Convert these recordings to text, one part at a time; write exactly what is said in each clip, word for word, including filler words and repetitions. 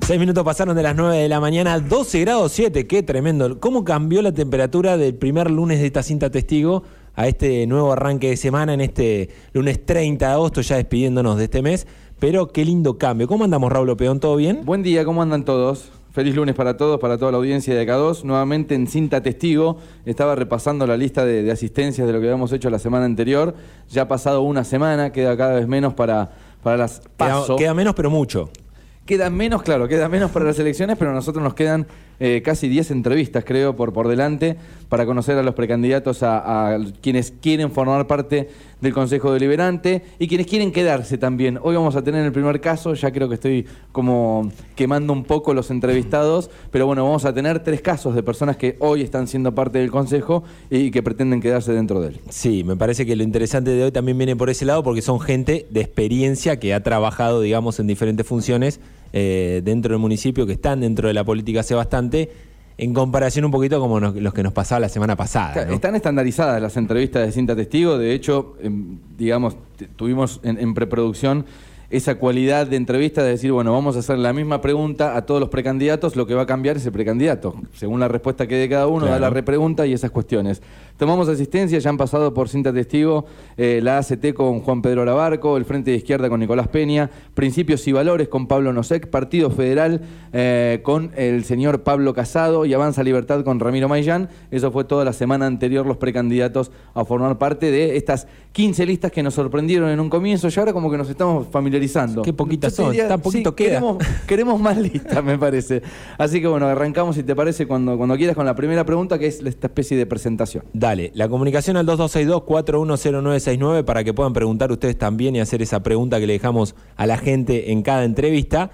Seis minutos pasaron de las nueve de la mañana, doce grados siete, qué tremendo. ¿Cómo cambió la temperatura del primer lunes de esta cinta testigo a este nuevo arranque de semana, en este lunes treinta de agosto, ya despidiéndonos de este mes? Pero qué lindo cambio. ¿Cómo andamos, Raúl Peón? ¿Todo bien? Buen día, ¿cómo andan todos? Feliz lunes para todos, para toda la audiencia de A K dos. Nuevamente en Cinta Testigo, estaba repasando la lista de, de asistencias de lo que habíamos hecho la semana anterior. Ya ha pasado una semana, queda cada vez menos para, para las PASO. Queda, queda menos, pero mucho. Queda menos, claro, queda menos para las elecciones, pero a nosotros nos quedan eh, casi diez entrevistas, creo, por, por delante, para conocer a los precandidatos, a, a quienes quieren formar parte del Consejo Deliberante y quienes quieren quedarse también. Hoy vamos a tener el primer caso, ya creo que estoy como quemando un poco los entrevistados, pero bueno, vamos a tener tres casos de personas que hoy están siendo parte del Consejo y que pretenden quedarse dentro de él. Sí, me parece que lo interesante de hoy también viene por ese lado, porque son gente de experiencia que ha trabajado, digamos, en diferentes funciones eh, dentro del municipio, que están dentro de la política hace bastante, en comparación un poquito como nos, los que nos pasaba la semana pasada, ¿no? Están estandarizadas las entrevistas de Cinta Testigo. De hecho, eh, digamos, tuvimos en, en preproducción esa cualidad de entrevista de decir, bueno, vamos a hacer la misma pregunta a todos los precandidatos, lo que va a cambiar es el precandidato. Según la respuesta que dé cada uno, claro, da la repregunta y esas cuestiones. Tomamos asistencia, ya han pasado por Cinta Testigo eh, la A C T con Juan Pedro Arabarco, el Frente de Izquierda con Nicolás Peña, Principios y Valores con Pablo Nosek, Partido Federal eh, con el señor Pablo Casado y Avanza Libertad con Ramiro Maillán. Eso fue toda la semana anterior los precandidatos a formar parte de estas quince listas que nos sorprendieron en un comienzo y ahora como que nos estamos familiarizando. Qué poquitas son, diría, tan poquito sí, queda. Queremos, queremos más listas, me parece. Así que bueno, arrancamos, si te parece, cuando, cuando quieras con la primera pregunta, que es esta especie de presentación. Dale, la comunicación al dos dos seis dos, cuatro uno cero nueve seis nueve para que puedan preguntar ustedes también y hacer esa pregunta que le dejamos a la gente en cada entrevista.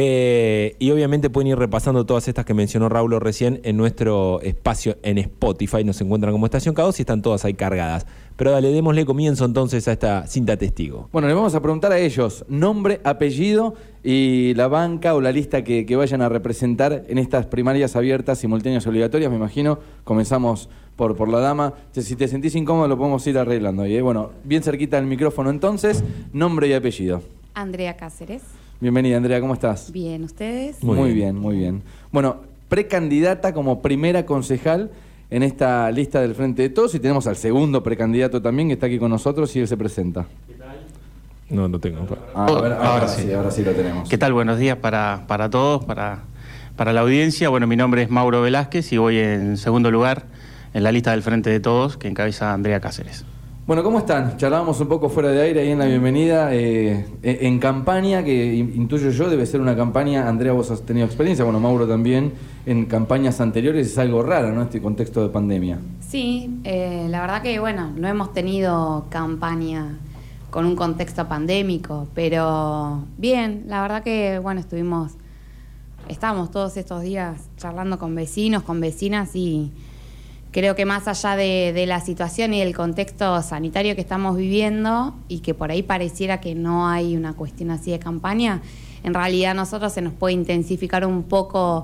Eh, y obviamente pueden ir repasando todas estas que mencionó Raúl recién en nuestro espacio en Spotify. Nos encuentran como Estación K dos y están todas ahí cargadas. Pero dale, démosle comienzo entonces a esta cinta testigo. Bueno, le vamos a preguntar a ellos nombre, apellido y la banca o la lista que, que vayan a representar en estas primarias abiertas, simultáneas y obligatorias. Me imagino, comenzamos por, por la dama. Si te sentís incómodo lo podemos ir arreglando. ¿eh? Bueno, bien cerquita del micrófono entonces, nombre y apellido. Andrea Cáceres. Bienvenida, Andrea, ¿cómo estás? Bien, ¿ustedes? Muy, muy bien. bien, muy bien. Bueno, precandidata como primera concejal en esta lista del Frente de Todos y tenemos al segundo precandidato también que está aquí con nosotros y él se presenta. ¿Qué tal? No, no tengo. Ah, a ver, ahora, ahora sí, sí, ahora sí lo tenemos. ¿Qué tal? Buenos días para, para todos, para, para la audiencia. Bueno, mi nombre es Mauro Velázquez y voy en segundo lugar en la lista del Frente de Todos que encabeza Andrea Cáceres. Bueno, ¿cómo están? Charlábamos un poco fuera de aire ahí en la bienvenida, eh, en campaña, que intuyo yo debe ser una campaña, Andrea, vos has tenido experiencia, bueno, Mauro también, en campañas anteriores, es algo raro, ¿no?, este contexto de pandemia. Sí, eh, la verdad que, bueno, no hemos tenido campaña con un contexto pandémico, pero bien, la verdad que, bueno, estuvimos, estábamos todos estos días charlando con vecinos, con vecinas y creo que más allá de, de la situación y del contexto sanitario que estamos viviendo y que por ahí pareciera que no hay una cuestión así de campaña, en realidad a nosotros se nos puede intensificar un poco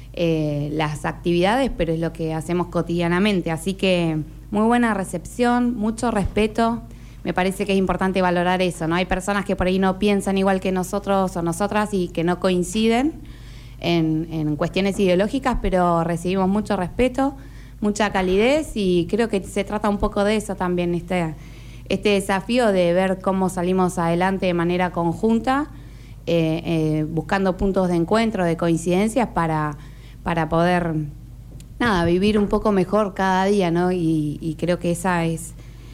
eh, las actividades, pero es lo que hacemos cotidianamente. Así que muy buena recepción, mucho respeto. Me parece que es importante valorar eso, ¿no? Hay personas que por ahí no piensan igual que nosotros o nosotras y que no coinciden en, en cuestiones ideológicas, pero recibimos mucho respeto, mucha calidez y creo que se trata un poco de eso también, este, este desafío de ver cómo salimos adelante de manera conjunta, eh, eh, buscando puntos de encuentro, de coincidencias para, para poder, nada, vivir un poco mejor cada día, ¿no? Y, y creo que esa es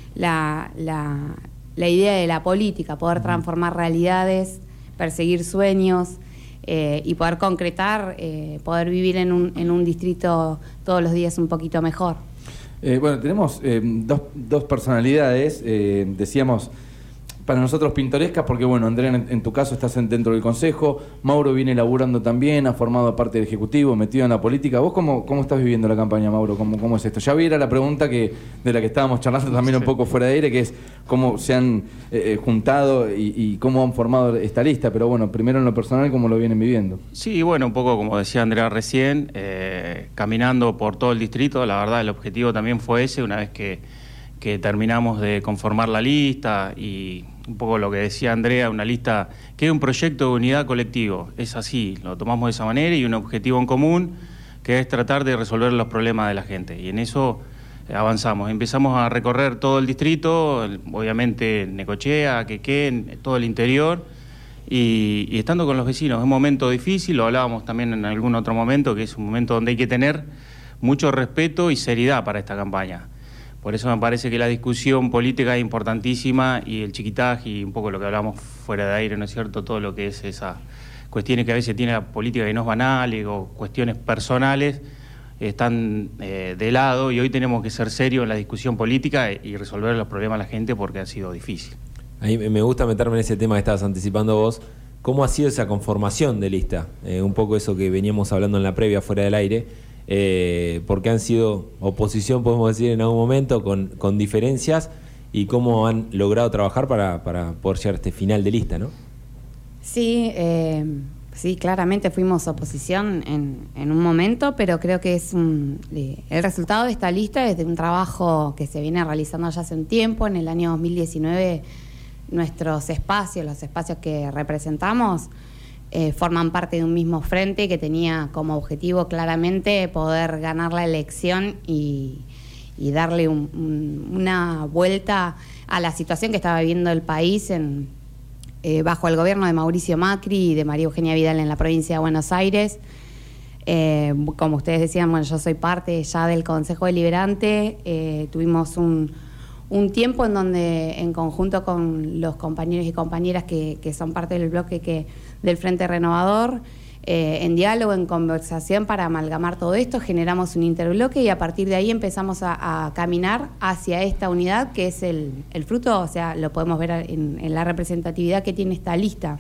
la, la, la idea de la política, poder transformar realidades, perseguir sueños, Eh, y poder concretar, eh, poder vivir en un, en un distrito todos los días un poquito mejor. Eh, bueno, tenemos eh, dos, dos personalidades, eh, decíamos, para nosotros pintorescas, porque bueno, Andrea, en, en tu caso estás en, dentro del Consejo, Mauro viene laburando también, ha formado parte del Ejecutivo, metido en la política. ¿Vos cómo, cómo estás viviendo la campaña, Mauro? ¿Cómo, cómo es esto? Ya vi era la pregunta que, de la que estábamos charlando también sí. un poco fuera de aire, que es cómo se han eh, juntado y, y cómo han formado esta lista, pero bueno, primero en lo personal, ¿cómo lo vienen viviendo? Sí, bueno, un poco como decía Andrea recién, eh, caminando por todo el distrito, la verdad el objetivo también fue ese, una vez que, que terminamos de conformar la lista y un poco lo que decía Andrea, una lista que es un proyecto de unidad colectivo. Es así, lo tomamos de esa manera y un objetivo en común que es tratar de resolver los problemas de la gente. Y en eso avanzamos. Empezamos a recorrer todo el distrito, obviamente Necochea, Quequén, todo el interior, y, y estando con los vecinos. Es un momento difícil, lo hablábamos también en algún otro momento, que es un momento donde hay que tener mucho respeto y seriedad para esta campaña. Por eso me parece que la discusión política es importantísima y el chiquitaje y un poco lo que hablamos fuera de aire, ¿no es cierto? Todo lo que es esas cuestiones que a veces tiene la política que no es banal o cuestiones personales, están eh, de lado y hoy tenemos que ser serios en la discusión política y resolver los problemas de la gente porque ha sido difícil. A mí me gusta meterme en ese tema que estabas anticipando vos. ¿Cómo ha sido esa conformación de lista? Eh, un poco eso que veníamos hablando en la previa fuera del aire, eh, porque han sido oposición, podemos decir, en algún momento, con, con diferencias, y cómo han logrado trabajar para, para poder llegar a este final de lista, ¿no? Sí, eh... Sí, claramente fuimos oposición en, en un momento, pero creo que es un, el resultado de esta lista es de un trabajo que se viene realizando ya hace un tiempo. En el año dos mil diecinueve nuestros espacios, los espacios que representamos, eh, forman parte de un mismo frente que tenía como objetivo claramente poder ganar la elección y, y darle un, un, una vuelta a la situación que estaba viviendo el país en Eh, bajo el gobierno de Mauricio Macri y de María Eugenia Vidal en la provincia de Buenos Aires. Eh, como ustedes decían, bueno, yo soy parte ya del Consejo Deliberante. Eh, tuvimos un, un tiempo en donde, en conjunto con los compañeros y compañeras que, que son parte del bloque que, del Frente Renovador, eh, en diálogo, en conversación para amalgamar todo esto, generamos un interbloque y a partir de ahí empezamos a, a caminar hacia esta unidad que es el, el fruto, o sea, lo podemos ver en, en la representatividad que tiene esta lista.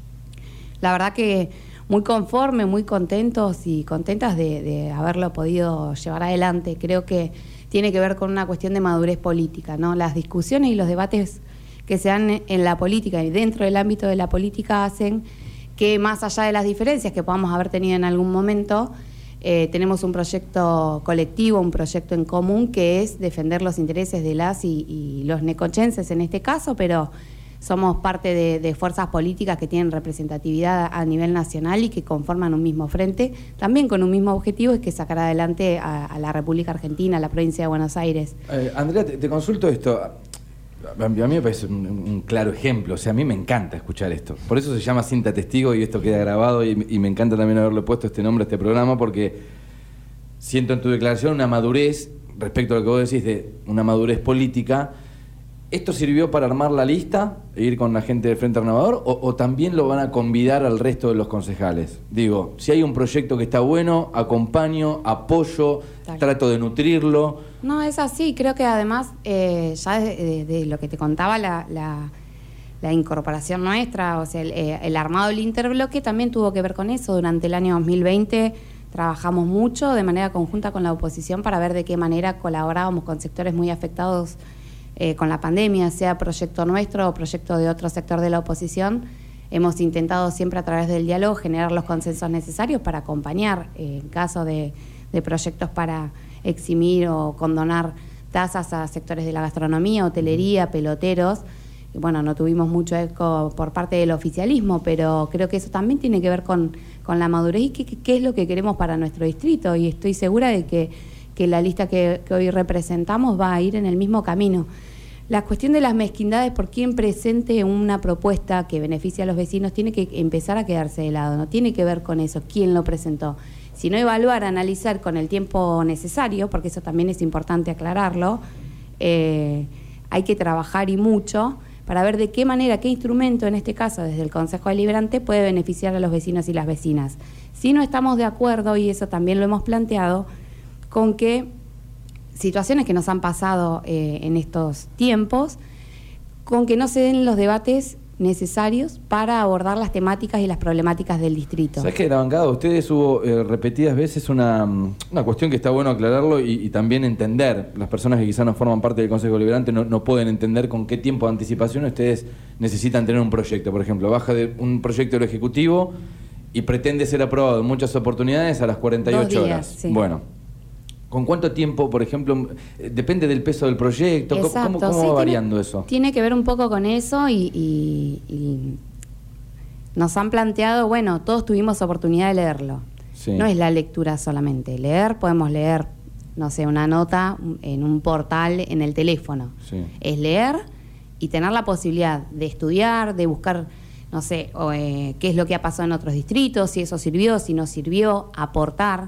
La verdad que muy conforme, muy contentos y contentas de, de haberlo podido llevar adelante. Creo que tiene que ver con una cuestión de madurez política, ¿no? Las discusiones y los debates que se dan en la política y dentro del ámbito de la política hacen que, más allá de las diferencias que podamos haber tenido en algún momento, eh, tenemos un proyecto colectivo, un proyecto en común, que es defender los intereses de las y, y los necochenses en este caso, pero somos parte de, de fuerzas políticas que tienen representatividad a nivel nacional y que conforman un mismo frente, también con un mismo objetivo, es que sacar adelante a, a la República Argentina, a la provincia de Buenos Aires. Eh, Andrea, te, te consulto esto. A mí me parece un, un claro ejemplo, o sea, a mí me encanta escuchar esto. Por eso se llama Cinta Testigo y esto queda grabado y, y me encanta también haberle puesto este nombre a este programa porque siento en tu declaración una madurez, respecto a lo que vos decís, de una madurez política. ¿Esto sirvió para armar la lista e ir con la gente del Frente Renovador o, o también lo van a convidar al resto de los concejales? Digo, si hay un proyecto que está bueno, acompaño, apoyo, Tal. trato de nutrirlo. No, es así. Creo que además, eh, ya de, de, de lo que te contaba, la, la, la incorporación nuestra, o sea, el, eh, el armado del interbloque también tuvo que ver con eso. Durante el año dos mil veinte trabajamos mucho de manera conjunta con la oposición para ver de qué manera colaborábamos con sectores muy afectados Eh, con la pandemia, sea proyecto nuestro o proyecto de otro sector de la oposición. Hemos intentado siempre a través del diálogo generar los consensos necesarios para acompañar eh, en caso de, de proyectos para eximir o condonar tasas a sectores de la gastronomía, hotelería, peloteros. Y bueno, no tuvimos mucho eco por parte del oficialismo, pero creo que eso también tiene que ver con, con la madurez y qué, qué es lo que queremos para nuestro distrito, y estoy segura de que que la lista que, que hoy representamos va a ir en el mismo camino. La cuestión de las mezquindades por quien presente una propuesta que beneficie a los vecinos tiene que empezar a quedarse de lado, no tiene que ver con eso, quién lo presentó, sino evaluar, analizar con el tiempo necesario, porque eso también es importante aclararlo. Eh, hay que trabajar y mucho para ver de qué manera, qué instrumento, en este caso desde el Consejo Deliberante, puede beneficiar a los vecinos y las vecinas. Si no estamos de acuerdo, y eso también lo hemos planteado, con que situaciones que nos han pasado eh, en estos tiempos, con que no se den los debates necesarios para abordar las temáticas y las problemáticas del distrito. ¿Sabés que en la bancada de ustedes hubo eh, repetidas veces una, una cuestión que está bueno aclararlo y, y también entender? Las personas que quizás no forman parte del Consejo Deliberante no, no pueden entender con qué tiempo de anticipación ustedes necesitan tener un proyecto. Por ejemplo, baja de un proyecto del Ejecutivo y pretende ser aprobado en muchas oportunidades a las cuarenta y ocho Dos días, horas. Sí. Bueno, ¿Con cuánto tiempo, por ejemplo, depende del peso del proyecto? Exacto, ¿Cómo, cómo sí, va tiene, variando eso? Tiene que ver un poco con eso y, y, y nos han planteado, bueno, todos tuvimos oportunidad de leerlo. Sí. No es la lectura solamente. Leer, podemos leer, no sé, una nota en un portal en el teléfono. Sí. Es leer y tener la posibilidad de estudiar, de buscar, no sé, o, eh, qué es lo que ha pasado en otros distritos, si eso sirvió, si no sirvió, aportar.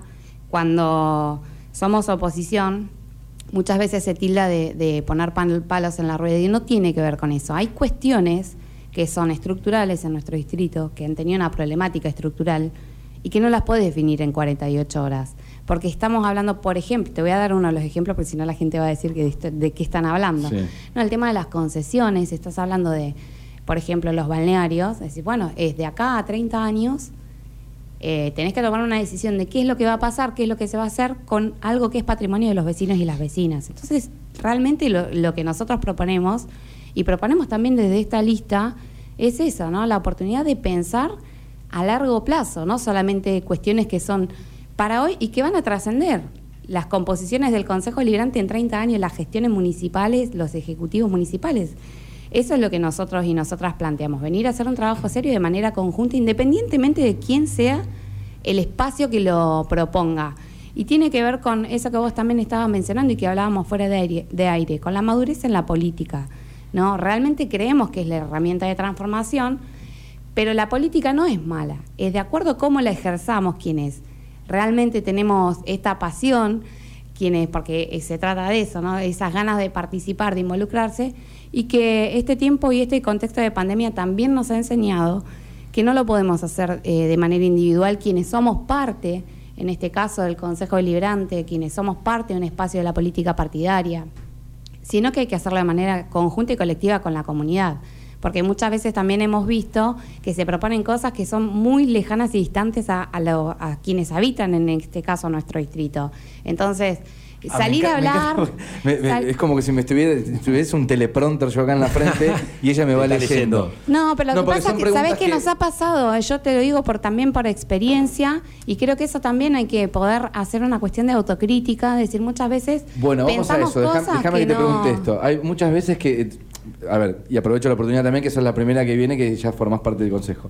Cuando somos oposición, muchas veces se tilda de, de poner pan, palos en la rueda y no tiene que ver con eso. Hay cuestiones que son estructurales en nuestro distrito, que han tenido una problemática estructural y que no las puedes definir en cuarenta y ocho horas. Porque estamos hablando, por ejemplo, te voy a dar uno de los ejemplos porque si no la gente va a decir que de, de qué están hablando. Sí. No, el tema de las concesiones, estás hablando de, por ejemplo, los balnearios, es decir, bueno, es de acá a treinta años, eh, tenés que tomar una decisión de qué es lo que va a pasar, qué es lo que se va a hacer con algo que es patrimonio de los vecinos y las vecinas. Entonces, realmente lo, lo que nosotros proponemos, y proponemos también desde esta lista, es eso, ¿no? La oportunidad de pensar a largo plazo, no solamente cuestiones que son para hoy y que van a trascender. Las composiciones del Consejo Deliberante en treinta años, las gestiones municipales, los ejecutivos municipales. Eso es lo que nosotros y nosotras planteamos, venir a hacer un trabajo serio de manera conjunta, independientemente de quién sea el espacio que lo proponga. Y tiene que ver con eso que vos también estabas mencionando y que hablábamos fuera de aire, de aire, con la madurez en la política, ¿no? Realmente creemos que es la herramienta de transformación, pero la política no es mala, es de acuerdo a cómo la ejerzamos quienes realmente tenemos esta pasión, quienes, porque se trata de eso, ¿no? Esas ganas de participar, de involucrarse, y que este tiempo y este contexto de pandemia también nos ha enseñado que no lo podemos hacer eh, de manera individual, quienes somos parte, en este caso del Consejo Deliberante, quienes somos parte de un espacio de la política partidaria, sino que hay que hacerlo de manera conjunta y colectiva con la comunidad. Porque muchas veces también hemos visto que se proponen cosas que son muy lejanas y distantes a, a, lo, a quienes habitan, en este caso, nuestro distrito. Entonces, ah, salir a hablar... Me, me, sal... Es como que si me estuviera, estuviese un teleprompter yo acá en la frente y ella me va leyendo. No, pero lo no, que pasa es que, ¿sabés qué que... nos ha pasado? Yo te lo digo por también por experiencia y creo que eso también hay que poder hacer una cuestión de autocrítica, decir muchas veces... Bueno, vamos a eso, déjame, déjame que, que te no... pregunte esto. Hay muchas veces que... A ver, y aprovecho la oportunidad también, que esa es la primera que viene, que ya formás parte del Consejo.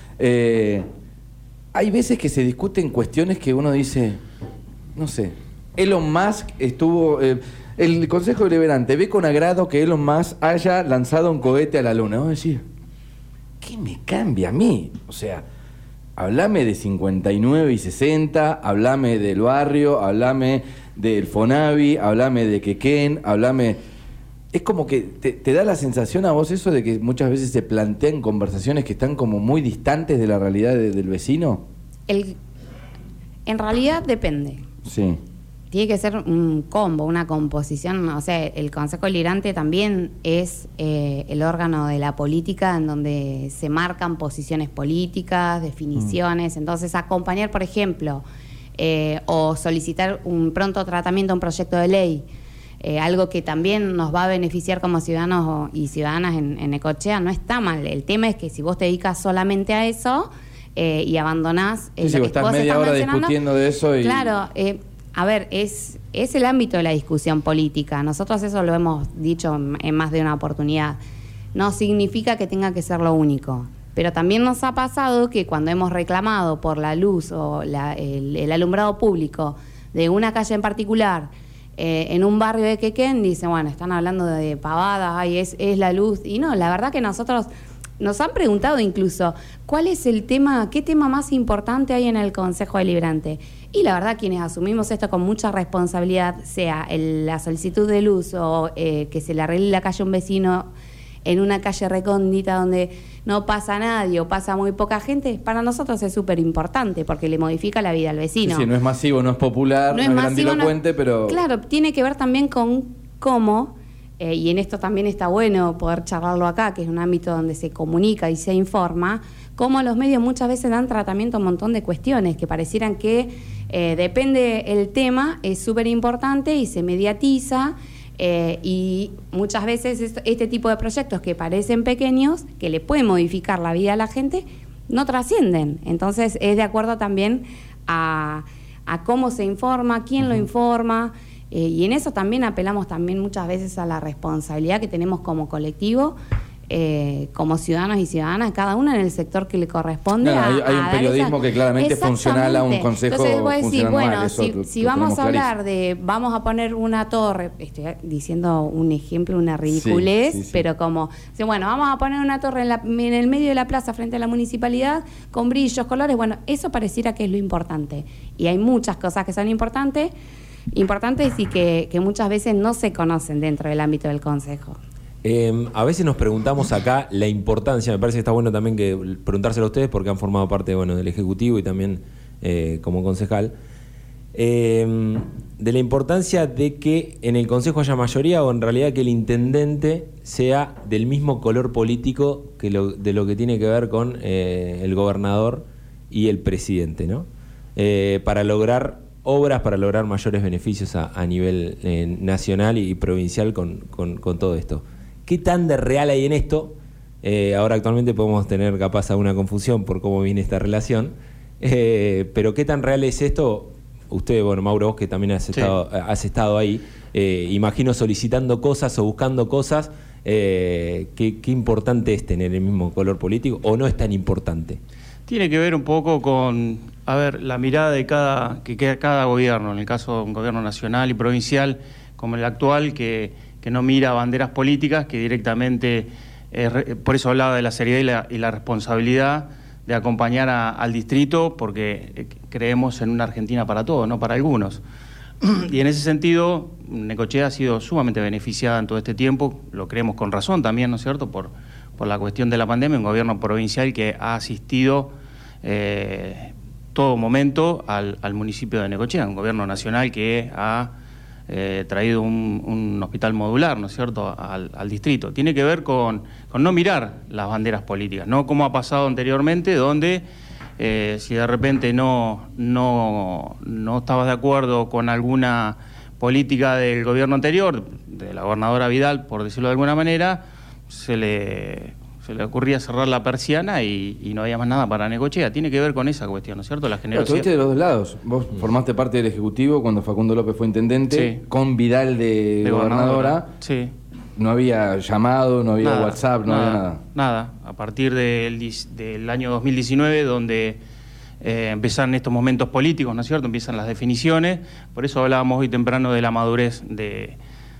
Eh, hay veces que se discuten cuestiones que uno dice, no sé, Elon Musk estuvo... Eh, el Consejo Deliberante ve con agrado que Elon Musk haya lanzado un cohete a la Luna. Vamos a decir, ¿qué me cambia a mí? O sea, hablame de cincuenta y nueve y sesenta, hablame del barrio, hablame del Fonavi, hablame de Quequén, hablame... Es como que te, te da la sensación a vos eso de que muchas veces se plantean conversaciones que están como muy distantes de la realidad de, del vecino. El, en realidad depende. Sí. Tiene que ser un combo, una composición. O sea, el Consejo Deliberante también es eh, el órgano de la política en donde se marcan posiciones políticas, definiciones. Mm. Entonces, acompañar, por ejemplo, eh, o solicitar un pronto tratamiento a un proyecto de ley, Eh, algo que también nos va a beneficiar como ciudadanos y ciudadanas en, en Necochea, no está mal. El tema es que si vos te dedicas solamente a eso eh, y abandonás... Eh, sí, lo sí, que estás media hora discutiendo de eso y... Claro, eh, a ver, es, es el ámbito de la discusión política. Nosotros eso lo hemos dicho en más de una oportunidad. No significa que tenga que ser lo único. Pero también nos ha pasado que cuando hemos reclamado por la luz o la, el, el alumbrado público de una calle en particular... Eh, en un barrio de Quequén, dice, bueno, están hablando de pavadas, ay, es, es la luz. Y no, la verdad que nosotros nos han preguntado incluso, ¿cuál es el tema, qué tema más importante hay en el Consejo Deliberante? Y la verdad, quienes asumimos esto con mucha responsabilidad, sea el, la solicitud de luz o eh, que se le arregle la calle a un vecino en una calle recóndita donde no pasa nadie o pasa muy poca gente, para nosotros es súper importante porque le modifica la vida al vecino. Sí, sí, no es masivo, no es popular, no, no es, es grandilocuente, no, pero... Claro, tiene que ver también con cómo, eh, y en esto también está bueno poder charlarlo acá, que es un ámbito donde se comunica y se informa, cómo los medios muchas veces dan tratamiento a un montón de cuestiones que parecieran que eh, depende el tema, es súper importante y se mediatiza. Eh, y muchas veces este tipo de proyectos que parecen pequeños, que le pueden modificar la vida a la gente, no trascienden. Entonces es de acuerdo también a, a cómo se informa, quién uh-huh. lo informa, eh, y en eso también apelamos también muchas veces a la responsabilidad que tenemos como colectivo, eh, como ciudadanos y ciudadanas, cada uno en el sector que le corresponde. No, a, hay, hay un a periodismo que claramente es funcional a un consejo. Entonces vos decís, bueno, mal, si, lo, si lo vamos a hablar clarísimo. de, vamos a poner una torre, estoy diciendo un ejemplo, una ridiculez, sí, sí, sí. pero como, bueno, vamos a poner una torre en, la, en el medio de la plaza frente a la municipalidad, con brillos, colores, bueno, eso pareciera que es lo importante. Y hay muchas cosas que son importantes, importantes y que, que muchas veces no se conocen dentro del ámbito del consejo. Eh, a veces nos preguntamos acá la importancia, me parece que está bueno también que preguntárselo a ustedes porque han formado parte, bueno, del Ejecutivo y también eh, como concejal, eh, de la importancia de que en el Consejo haya mayoría o en realidad que el intendente sea del mismo color político que lo, de lo que tiene que ver con eh, el gobernador y el presidente, ¿no? Eh, para lograr obras, para lograr mayores beneficios a, a nivel eh, nacional y provincial con, con, con todo esto. ¿Qué tan de real hay en esto? Eh, ahora actualmente podemos tener capaz alguna confusión por cómo viene esta relación, eh, pero ¿qué tan real es esto? Usted, bueno, Mauro, vos que también has estado, sí. has estado ahí, eh, imagino solicitando cosas o buscando cosas, eh, ¿qué, ¿qué importante es tener el mismo color político o no es tan importante? Tiene que ver un poco con, a ver, la mirada de cada, que queda cada gobierno, en el caso de un gobierno nacional y provincial como el actual, que que no mira banderas políticas, que directamente, eh, por eso hablaba de la seriedad y la, y la responsabilidad de acompañar a, al distrito, porque eh, creemos en una Argentina para todos, no para algunos. Y en ese sentido, Necochea ha sido sumamente beneficiada en todo este tiempo, lo creemos con razón también, ¿no es cierto?, por, por la cuestión de la pandemia, un gobierno provincial que ha asistido eh, todo momento al, al municipio de Necochea, un gobierno nacional que ha Eh, traído un, un hospital modular, ¿no es cierto?, al, al distrito. Tiene que ver con, con no mirar las banderas políticas, no como ha pasado anteriormente, donde eh, si de repente no, no, no estabas de acuerdo con alguna política del gobierno anterior, de la gobernadora Vidal, por decirlo de alguna manera, se le... se le ocurría cerrar la persiana y, y no había más nada para Necochea. Tiene que ver con esa cuestión, ¿no es cierto? La generosidad. Pero estuviste de los dos lados. Vos formaste parte del Ejecutivo cuando Facundo López fue intendente, sí. con Vidal de, de gobernadora. gobernadora. Sí. No había llamado, no había nada, WhatsApp, no nada, había nada. Nada. A partir del, del año dos mil diecinueve, donde eh, empiezan estos momentos políticos, ¿no es cierto? Empiezan las definiciones. Por eso hablábamos hoy temprano de la madurez de,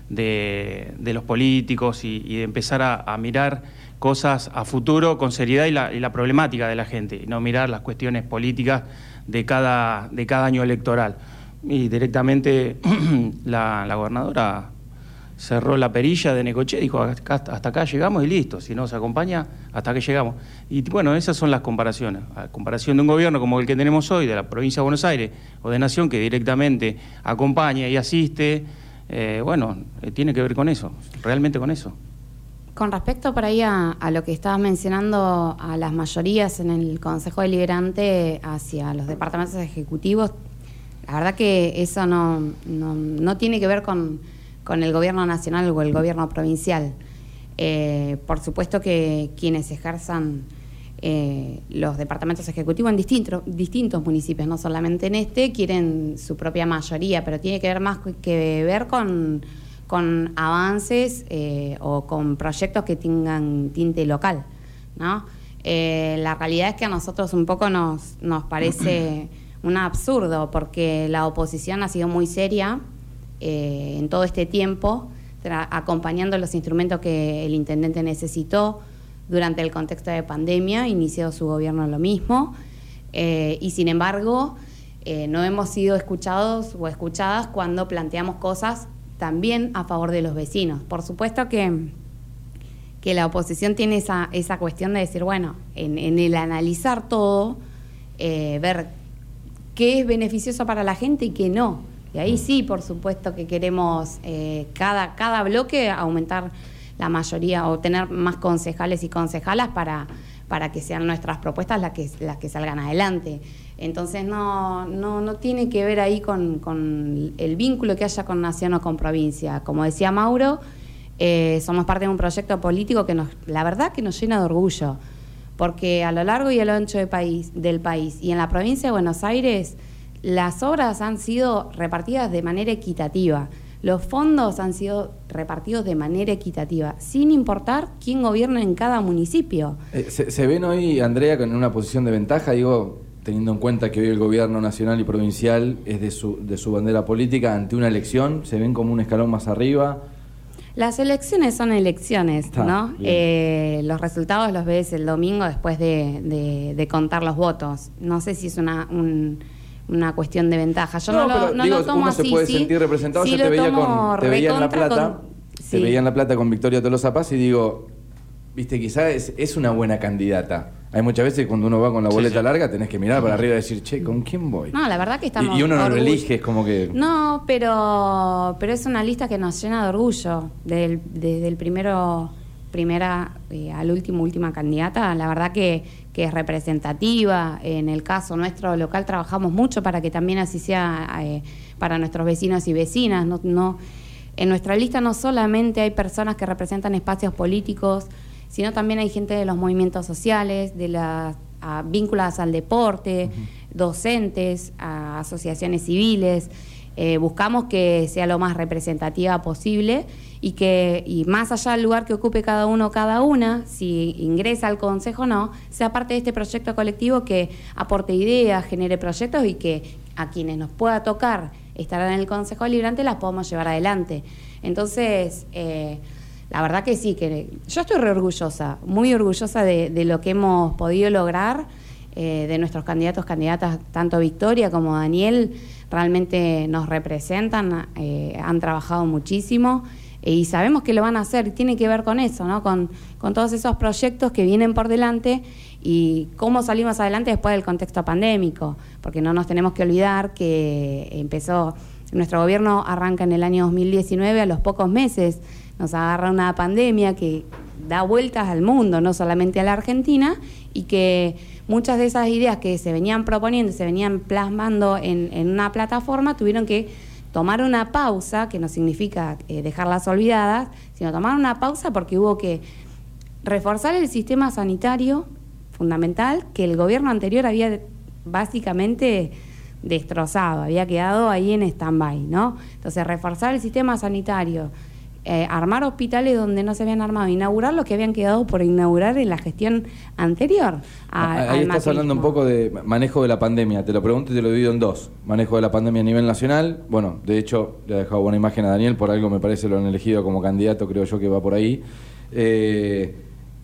de, de los políticos y, y de empezar a, a mirar cosas a futuro con seriedad y la, y la problemática de la gente, y no mirar las cuestiones políticas de cada, de cada año electoral. Y directamente la, la gobernadora cerró la perilla de Necochea, dijo hasta acá llegamos y listo, si no se acompaña, hasta que llegamos. Y bueno, esas son las comparaciones. A comparación de un gobierno como el que tenemos hoy, de la provincia de Buenos Aires o de Nación, que directamente acompaña y asiste, eh, bueno, eh, tiene que ver con eso, realmente con eso. Con respecto por ahí a, a lo que estabas mencionando, a las mayorías en el Consejo Deliberante hacia los departamentos ejecutivos, la verdad que eso no, no, no tiene que ver con, con el gobierno nacional o el gobierno provincial. Eh, por supuesto que quienes ejerzan eh, los departamentos ejecutivos en distintos, distintos municipios, no solamente en este, quieren su propia mayoría, pero tiene que ver más que ver con... con avances eh, o con proyectos que tengan tinte local, ¿no? Eh, la realidad es que a nosotros un poco nos, nos parece un absurdo, porque la oposición ha sido muy seria eh, en todo este tiempo, acompañando los instrumentos que el intendente necesitó durante el contexto de pandemia, inició su gobierno lo mismo, eh, y sin embargo eh, no hemos sido escuchados o escuchadas cuando planteamos cosas también a favor de los vecinos. Por supuesto que, que la oposición tiene esa, esa cuestión de decir, bueno, en, en el analizar todo, eh, ver qué es beneficioso para la gente y qué no. Y ahí sí, por supuesto que queremos eh, cada, cada bloque aumentar la mayoría o tener más concejales y concejalas para, para que sean nuestras propuestas las que, las que salgan adelante. Entonces no, no, no tiene que ver ahí con, con el vínculo que haya con nación o con provincia. Como decía Mauro, eh, somos parte de un proyecto político que nos, la verdad que nos llena de orgullo, porque a lo largo y a lo ancho de país, del país y en la provincia de Buenos Aires las obras han sido repartidas de manera equitativa. Los fondos han sido repartidos de manera equitativa, sin importar quién gobierna en cada municipio. Eh, ¿se, ¿Se ven hoy, Andrea, en una posición de ventaja? Digo, teniendo en cuenta que hoy el gobierno nacional y provincial es de su, de su bandera política, ante una elección, ¿se ven como un escalón más arriba? Las elecciones son elecciones, Está, ¿no? Eh, los resultados los ves el domingo después de, de, de contar los votos. No sé si es una... Un, una cuestión de ventaja. Yo no, no, pero, lo, no digo, lo tomo uno así. se puede sí, sentir representado. sí Yo te veía, con, te veía en La Plata, con, sí. te veía en La Plata con Victoria Tolosa Paz y digo, viste, quizás es, es una buena candidata. Hay muchas veces cuando uno va con la boleta sí, sí. larga tenés que mirar para arriba y decir, che, ¿con quién voy? No, la verdad que estamos... Y, y uno no lo orgullo. elige, es como que... No, pero, pero es una lista que nos llena de orgullo. Del, desde el primero... primera eh, al último, última candidata, la verdad que, que es representativa. En el caso nuestro local trabajamos mucho para que también así sea eh, para nuestros vecinos y vecinas. No, no, en nuestra lista no solamente hay personas que representan espacios políticos, sino también hay gente de los movimientos sociales, de las a, vinculadas al deporte, uh-huh. docentes, a asociaciones civiles. Eh, buscamos que sea lo más representativa posible y que, y más allá del lugar que ocupe cada uno o cada una, si ingresa al consejo o no, sea parte de este proyecto colectivo que aporte ideas, genere proyectos y que a quienes nos pueda tocar estar en el consejo deliberante las podamos llevar adelante. Entonces, eh, la verdad que sí, que yo estoy re orgullosa, muy orgullosa de, de lo que hemos podido lograr, eh, de nuestros candidatos, candidatas, tanto Victoria como Daniel, realmente nos representan, eh, han trabajado muchísimo eh, y sabemos que lo van a hacer, tiene que ver con eso, ¿no? Con, con todos esos proyectos que vienen por delante y cómo salimos adelante después del contexto pandémico, porque no nos tenemos que olvidar que empezó, nuestro gobierno arranca en el año dos mil diecinueve, a los pocos meses nos agarra una pandemia que da vueltas al mundo, no solamente a la Argentina, y que muchas de esas ideas que se venían proponiendo, se venían plasmando en, en una plataforma, tuvieron que tomar una pausa, que no significa eh, dejarlas olvidadas, sino tomar una pausa porque hubo que reforzar el sistema sanitario fundamental que el gobierno anterior había básicamente destrozado, había quedado ahí en stand-by, ¿no? Entonces, reforzar el sistema sanitario, Eh, armar hospitales donde no se habían armado, inaugurar los que habían quedado por inaugurar en la gestión anterior. A, Ahí estás hablando un poco de manejo de la pandemia, te lo pregunto y te lo divido en dos. Manejo de la pandemia a nivel nacional, bueno, de hecho le ha dejado buena imagen a Daniel, por algo me parece lo han elegido como candidato, creo yo que va por ahí. Eh,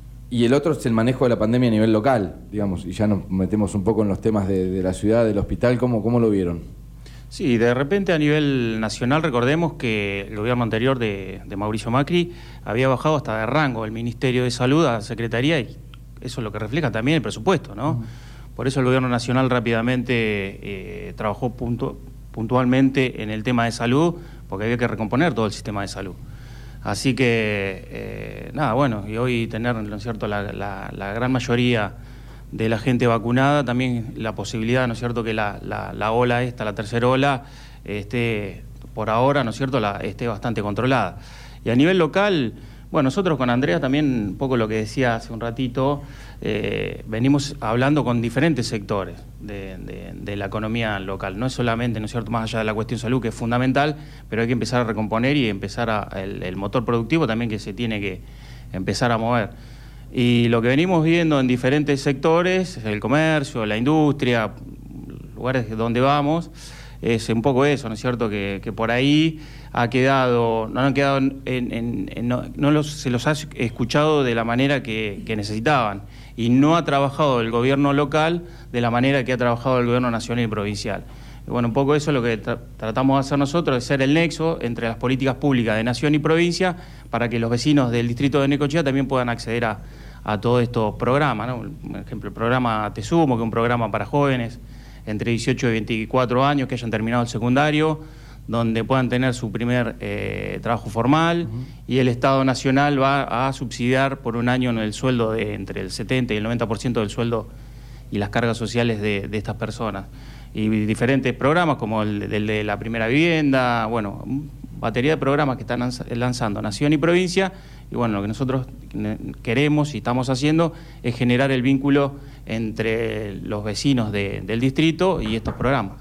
y el otro es el manejo de la pandemia a nivel local, digamos, y ya nos metemos un poco en los temas de, de la ciudad, del hospital, ¿cómo, cómo lo vieron? Sí, de repente a nivel nacional recordemos que el gobierno anterior de, de Mauricio Macri había bajado hasta de rango el Ministerio de Salud a la Secretaría y eso es lo que refleja también el presupuesto, ¿no? Uh-huh. Por eso el gobierno nacional rápidamente eh, trabajó puntu puntualmente en el tema de salud porque había que recomponer todo el sistema de salud. Así que, eh, nada, bueno, y hoy tener, ¿no es cierto?, la, la, la gran mayoría de la gente vacunada, también la posibilidad, ¿no es cierto?, que la, la, la ola esta, la tercera ola, esté, por ahora, ¿no es cierto?, la, esté bastante controlada. Y a nivel local, bueno, nosotros con Andrea también, un poco lo que decía hace un ratito, eh, venimos hablando con diferentes sectores de, de, de la economía local. No es solamente, ¿no es cierto?, más allá de la cuestión salud, que es fundamental, pero hay que empezar a recomponer y empezar a, el, el motor productivo también que se tiene que empezar a mover. Y lo que venimos viendo en diferentes sectores, el comercio, la industria, lugares donde vamos, es un poco eso, ¿no es cierto?, que, que por ahí ha quedado, no han quedado, en, en, en, no, no los, se los ha escuchado de la manera que, que necesitaban y no ha trabajado el gobierno local de la manera que ha trabajado el gobierno nacional y provincial. Y bueno, un poco eso es lo que tra tratamos de hacer nosotros, de ser el nexo entre las políticas públicas de nación y provincia para que los vecinos del distrito de Necochea también puedan acceder a, a todos estos programas, ¿no? Por ejemplo, el programa Te Sumo, que es un programa para jóvenes entre dieciocho y veinticuatro años que hayan terminado el secundario, donde puedan tener su primer eh, trabajo formal, uh-huh. y el Estado Nacional va a subsidiar por un año en el sueldo de entre el setenta y el noventa por ciento del sueldo y las cargas sociales de, de estas personas. Y diferentes programas como el, el de la primera vivienda, bueno, batería de programas que están lanzando Nación y Provincia, y bueno, lo que nosotros queremos y estamos haciendo es generar el vínculo entre los vecinos de, del distrito y estos programas.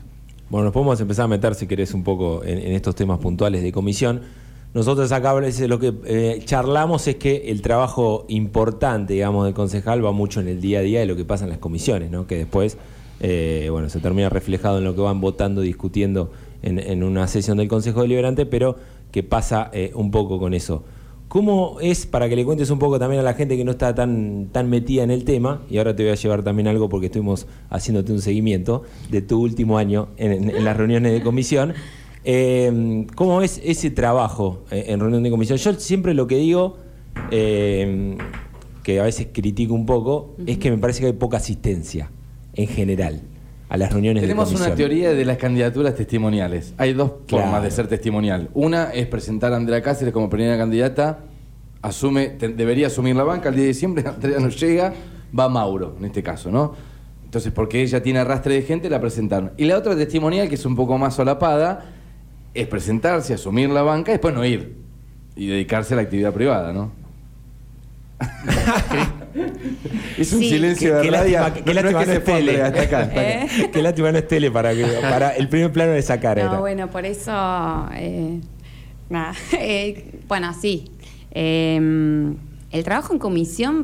Bueno, nos podemos empezar a meter, si querés, un poco en, en estos temas puntuales de comisión. Nosotros acá a veces lo que eh, charlamos es que el trabajo importante, digamos, del concejal va mucho en el día a día de lo que pasa en las comisiones, ¿no? Que después, eh, bueno, se termina reflejado en lo que van votando, discutiendo en, en una sesión del Consejo Deliberante, pero que pasa eh, un poco con eso. ¿Cómo es, para que le cuentes un poco también a la gente que no está tan, tan metida en el tema, y ahora te voy a llevar también algo porque estuvimos haciéndote un seguimiento de tu último año en, en, en las reuniones de comisión? Eh, ¿Cómo es ese trabajo eh, en reunión de comisión? Yo siempre lo que digo, eh, que a veces critico un poco, uh-huh. es que me parece que hay poca asistencia en general a las reuniones Tenemos de comisión. Tenemos una teoría de las candidaturas testimoniales. Hay dos claro. formas de ser testimonial. Una es presentar a Andrea Cáceres como primera candidata, asume, te, debería asumir la banca, el día de diciembre Andrea no llega, va Mauro, en este caso, ¿no? Entonces, porque ella tiene arrastre de gente, la presentaron. Y la otra testimonial, que es un poco más solapada, es presentarse, asumir la banca y después no ir y dedicarse a la actividad privada, ¿no? Es un sí. silencio de radio. Qué lástima no es tele. Hasta acá, hasta acá. ¿Eh? Qué lástima no es tele para, que, para el primer plano de esa cara. No, era. bueno, por eso... Eh, nada. Eh, bueno, sí. Eh, el trabajo en comisión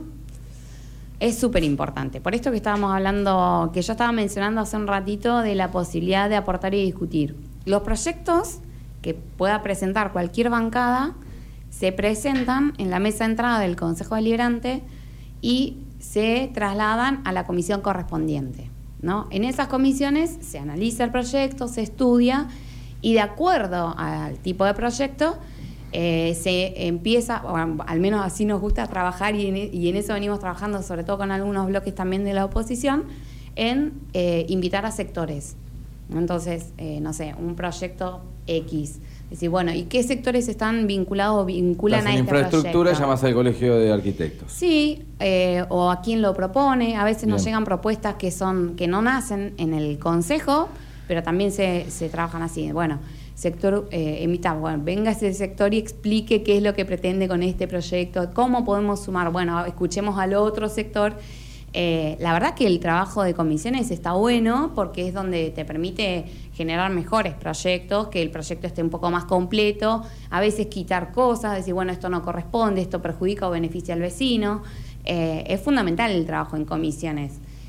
es súper importante. Por esto que estábamos hablando, que yo estaba mencionando hace un ratito, de la posibilidad de aportar y discutir. Los proyectos que pueda presentar cualquier bancada se presentan en la mesa de entrada del Consejo Deliberante y se trasladan a la comisión correspondiente, ¿no? En esas comisiones se analiza el proyecto, se estudia y de acuerdo al tipo de proyecto eh, se empieza, o al menos así nos gusta trabajar y en, y en eso venimos trabajando, sobre todo con algunos bloques también de la oposición, en eh, invitar a sectores. Entonces, eh, no sé, un proyecto X. Decir, bueno, ¿y qué sectores están vinculados o vinculan Estás a en este proyecto? infraestructura, llamas al Colegio de Arquitectos. Sí, eh, o a quién lo propone. A veces Bien. nos llegan propuestas que son que no nacen en el Consejo, pero también se, se trabajan así. Bueno, sector, eh, emita, bueno, venga ese sector y explique qué es lo que pretende con este proyecto, cómo podemos sumar. Bueno, escuchemos al otro sector. Eh, la verdad que el trabajo de comisiones está bueno porque es donde te permite generar mejores proyectos, que el proyecto esté un poco más completo, a veces quitar cosas, decir, bueno, esto no corresponde, esto perjudica o beneficia al vecino. Eh, es fundamental el trabajo en comisiones.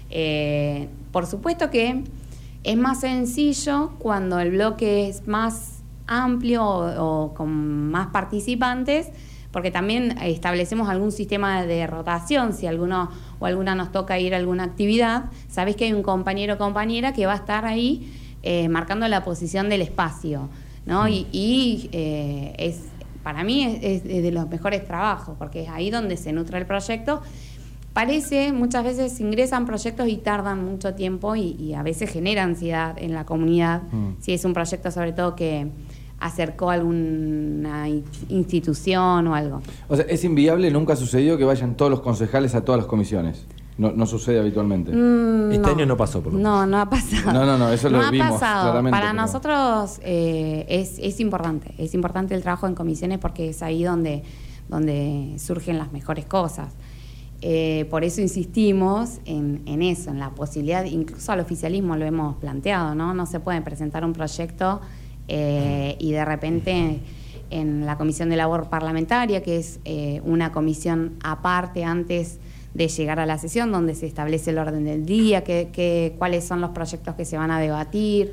Eh, por supuesto que es más sencillo cuando el bloque es más amplio o, o con más participantes, porque también establecemos algún sistema de rotación. Si alguno o alguna nos toca ir a alguna actividad, sabés que hay un compañero o compañera que va a estar ahí eh, marcando la posición del espacio, ¿no? Mm. Y, y eh, es para mí es, es de los mejores trabajos, porque es ahí donde se nutre el proyecto. Parece, muchas veces ingresan proyectos y tardan mucho tiempo y, y a veces genera ansiedad en la comunidad, mm. si es un proyecto sobre todo que acercó a alguna institución o algo. O sea, ¿es inviable? ¿Nunca ha sucedido que vayan todos los concejales a todas las comisiones? No, no sucede habitualmente. Mm, este no. año no pasó, por lo menos. No, no ha pasado. No, no, no, eso no lo ha vimos pasado. claramente. Para pero... nosotros eh, es, es importante. Es importante el trabajo en comisiones porque es ahí donde, donde surgen las mejores cosas. Eh, por eso insistimos en, en eso, en la posibilidad, incluso al oficialismo lo hemos planteado, ¿no? No se puede presentar un proyecto Eh, y de repente en la Comisión de Labor Parlamentaria, que es eh, una comisión aparte antes de llegar a la sesión, donde se establece el orden del día, que, que, cuáles son los proyectos que se van a debatir,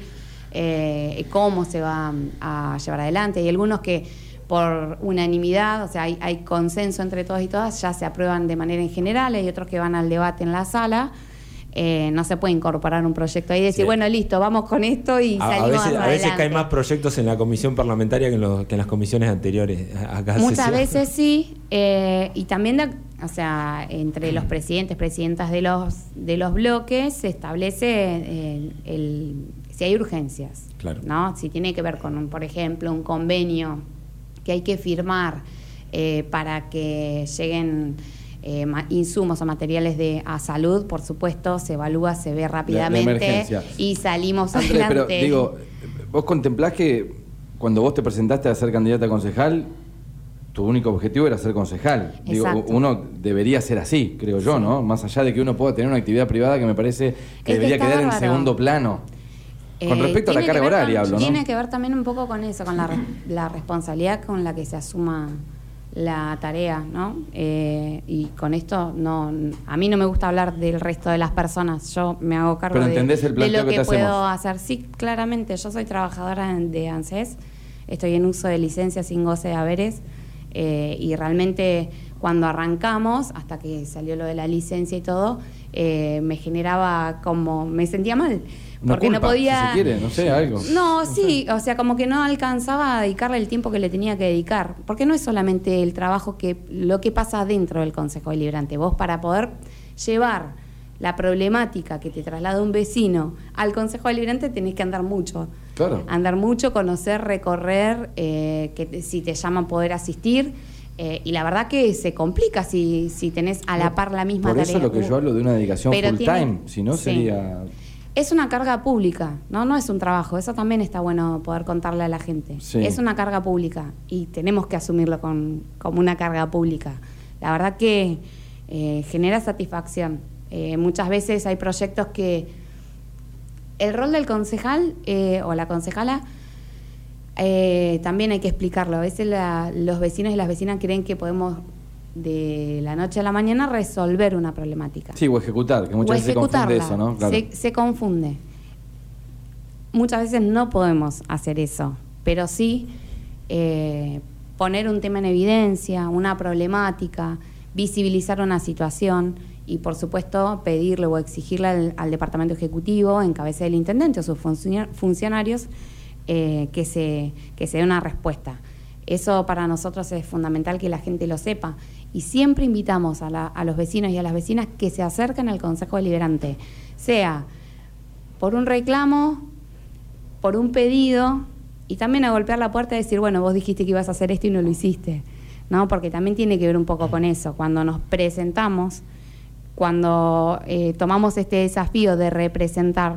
eh, cómo se va a llevar adelante. Hay algunos que por unanimidad, o sea, hay, hay consenso entre todos y todas, ya se aprueban de manera en general, hay otros que van al debate en la sala. Eh, no se puede incorporar un proyecto ahí y decir, sí. bueno, listo, vamos con esto y a, salimos a veces, adelante. A veces caen más proyectos en la comisión parlamentaria que en, los, que en las comisiones anteriores. Acá Muchas se veces sí, eh, y también, de, o sea, entre los presidentes, presidentas de los de los bloques se establece el, el, si hay urgencias, claro. ¿no? Si tiene que ver con, un, por ejemplo, un convenio que hay que firmar eh, para que lleguen Eh, insumos o materiales de a salud, por supuesto, se evalúa, se ve rápidamente y salimos Andrés, adelante. Pero digo, vos contemplás que cuando vos te presentaste a ser candidata a concejal, tu único objetivo era ser concejal. Digo, uno debería ser así, creo yo, sí. ¿no? Más allá de que uno pueda tener una actividad privada que me parece que, que debería quedar bárbaro. en segundo plano. Con respecto eh, a la carga horaria hablo, ¿no? Tiene que ver también un poco con eso, con la, la responsabilidad con la que se asuma la tarea, ¿no? Eh, y con esto, no, a mí no me gusta hablar del resto de las personas, yo me hago cargo Pero de, ¿entendés el de lo planteo que, que te puedo hacemos? hacer. Sí, claramente, yo soy trabajadora de ANSES, estoy en uso de licencia sin goce de haberes, eh, y realmente cuando arrancamos, hasta que salió lo de la licencia y todo, eh, me generaba como, me sentía mal. Una Porque culpa, no podía. si se quiere, no sé, algo. No, sí, o sea, como que no alcanzaba a dedicarle el tiempo que le tenía que dedicar. Porque no es solamente el trabajo que lo que pasa dentro del Consejo Deliberante. Vos, para poder llevar la problemática que te traslada un vecino al Consejo Deliberante, tenés que andar mucho. Claro. Andar mucho, conocer, recorrer, eh, que te- si te llaman poder asistir. Eh, y la verdad que se complica si, si tenés a la par la misma Por tarea. eso lo que yo hablo de una dedicación Pero full tiene- time, si no sí. sería... Es una carga pública, ¿no? No es un trabajo. Eso también está bueno poder contarle a la gente. Sí. Es una carga pública y tenemos que asumirlo con, como una carga pública. La verdad que eh, genera satisfacción. Eh, muchas veces hay proyectos que el rol del concejal eh, o la concejala eh, también hay que explicarlo. A veces la- los vecinos y las vecinas creen que podemos de la noche a la mañana resolver una problemática. Sí, o ejecutar, que muchas O veces se confunde ejecutarla. eso, ¿no? Claro. Se, se confunde. Muchas veces no podemos hacer eso, pero sí eh, poner un tema en evidencia, una problemática, visibilizar una situación y, por supuesto, pedirle o exigirle al, al Departamento Ejecutivo, en cabeza del Intendente o sus funcionar- funcionarios, eh, que se, que se dé una respuesta. Eso para nosotros es fundamental que la gente lo sepa. Y siempre invitamos a, la- a los vecinos y a las vecinas que se acerquen al Consejo Deliberante, sea por un reclamo, por un pedido, y también a golpear la puerta y decir, bueno, vos dijiste que ibas a hacer esto y no lo hiciste, ¿no? Porque también tiene que ver un poco con eso. Cuando nos presentamos, cuando eh, tomamos este desafío de representar,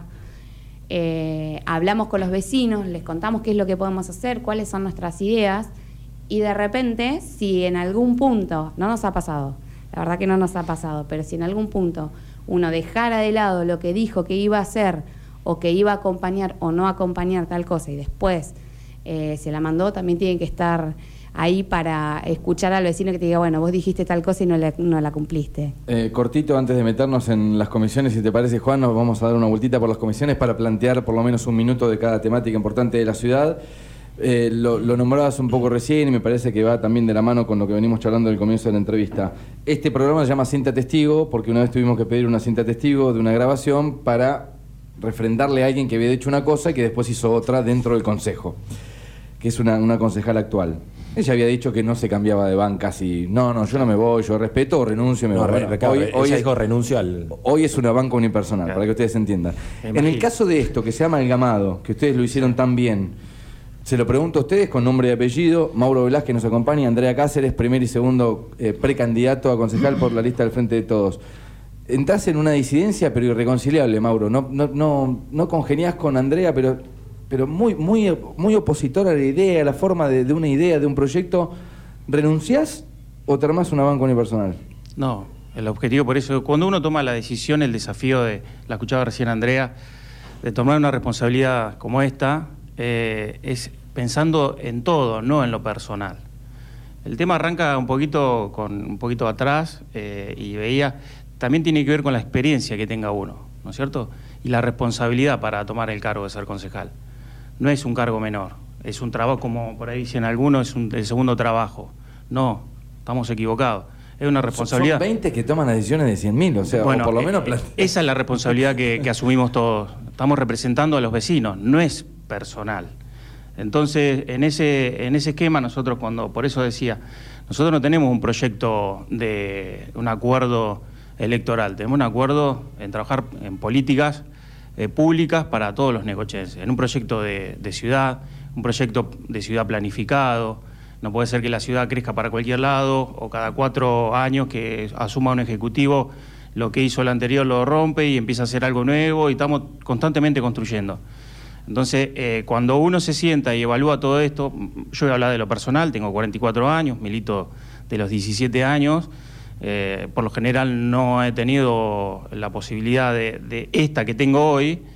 eh, hablamos con los vecinos, les contamos qué es lo que podemos hacer, cuáles son nuestras ideas, y de repente, si en algún punto, no nos ha pasado, la verdad que no nos ha pasado, pero si en algún punto uno dejara de lado lo que dijo que iba a hacer, o que iba a acompañar o no acompañar tal cosa, y después eh, se la mandó, también tiene que estar ahí para escuchar al vecino que te diga, bueno, vos dijiste tal cosa y no la, no la cumpliste. Eh, cortito, antes de meternos en las comisiones, si te parece, Juan, nos vamos a dar una vueltita por las comisiones para plantear por lo menos un minuto de cada temática importante de la ciudad. Eh, lo, lo nombrabas un poco recién y me parece que va también de la mano con lo que venimos charlando al comienzo de la entrevista. Este programa se llama Cinta Testigo porque una vez tuvimos que pedir una cinta testigo de una grabación para refrendarle a alguien que había hecho una cosa y que después hizo otra dentro del consejo, que es una, una concejal actual. Ella había dicho que no se cambiaba de bancas y no, no, yo no me voy, yo respeto o renuncio, me No, voy. re- Bueno, Ricardo, hoy, ella hoy es, dijo renuncio al... hoy es una banca unipersonal, Claro. para que ustedes entiendan. Me En el imagino. caso de esto, que se ha amalgamado, que ustedes lo hicieron tan bien, se lo pregunto a ustedes con nombre y apellido. Mauro Velázquez nos acompaña, Andrea Cáceres, primer y segundo eh, precandidato a concejal por la lista del Frente de Todos. Entrás en una disidencia pero irreconciliable, Mauro. No, no, no, no congeniás con Andrea, pero, pero muy, muy, muy opositor a la idea, a la forma de, de una idea, de un proyecto. ¿Renunciás o te armás una banca unipersonal? No, el objetivo por eso, cuando uno toma la decisión, el desafío de, la escuchaba recién Andrea, de tomar una responsabilidad como esta, eh, es pensando en todo, no en lo personal. El tema arranca un poquito, con, un poquito atrás eh, y veía, también tiene que ver con la experiencia que tenga uno, ¿no es cierto? Y la responsabilidad para tomar el cargo de ser concejal. No es un cargo menor, es un trabajo, como por ahí dicen algunos, es un, el segundo trabajo. No, estamos equivocados. Es una responsabilidad. Son veinte que toman las decisiones de cien mil, o sea, Bueno, o por lo eh, menos... eh, plan- esa es la responsabilidad que, que asumimos todos. Estamos representando a los vecinos, no es personal. Entonces, en ese, en ese esquema, nosotros cuando, por eso decía, nosotros no tenemos un proyecto de un acuerdo electoral, tenemos un acuerdo en trabajar en políticas eh, públicas para todos los negochenses, en un proyecto de, de ciudad, un proyecto de ciudad planificado. No puede ser que la ciudad crezca para cualquier lado o cada cuatro años que asuma un ejecutivo lo que hizo el anterior lo rompe y empieza a hacer algo nuevo y estamos constantemente construyendo. Entonces, eh, cuando uno se sienta y evalúa todo esto, yo voy a hablar de lo personal, tengo cuarenta y cuatro años, milito de los diecisiete años, eh, por lo general no he tenido la posibilidad de, de esta que tengo hoy,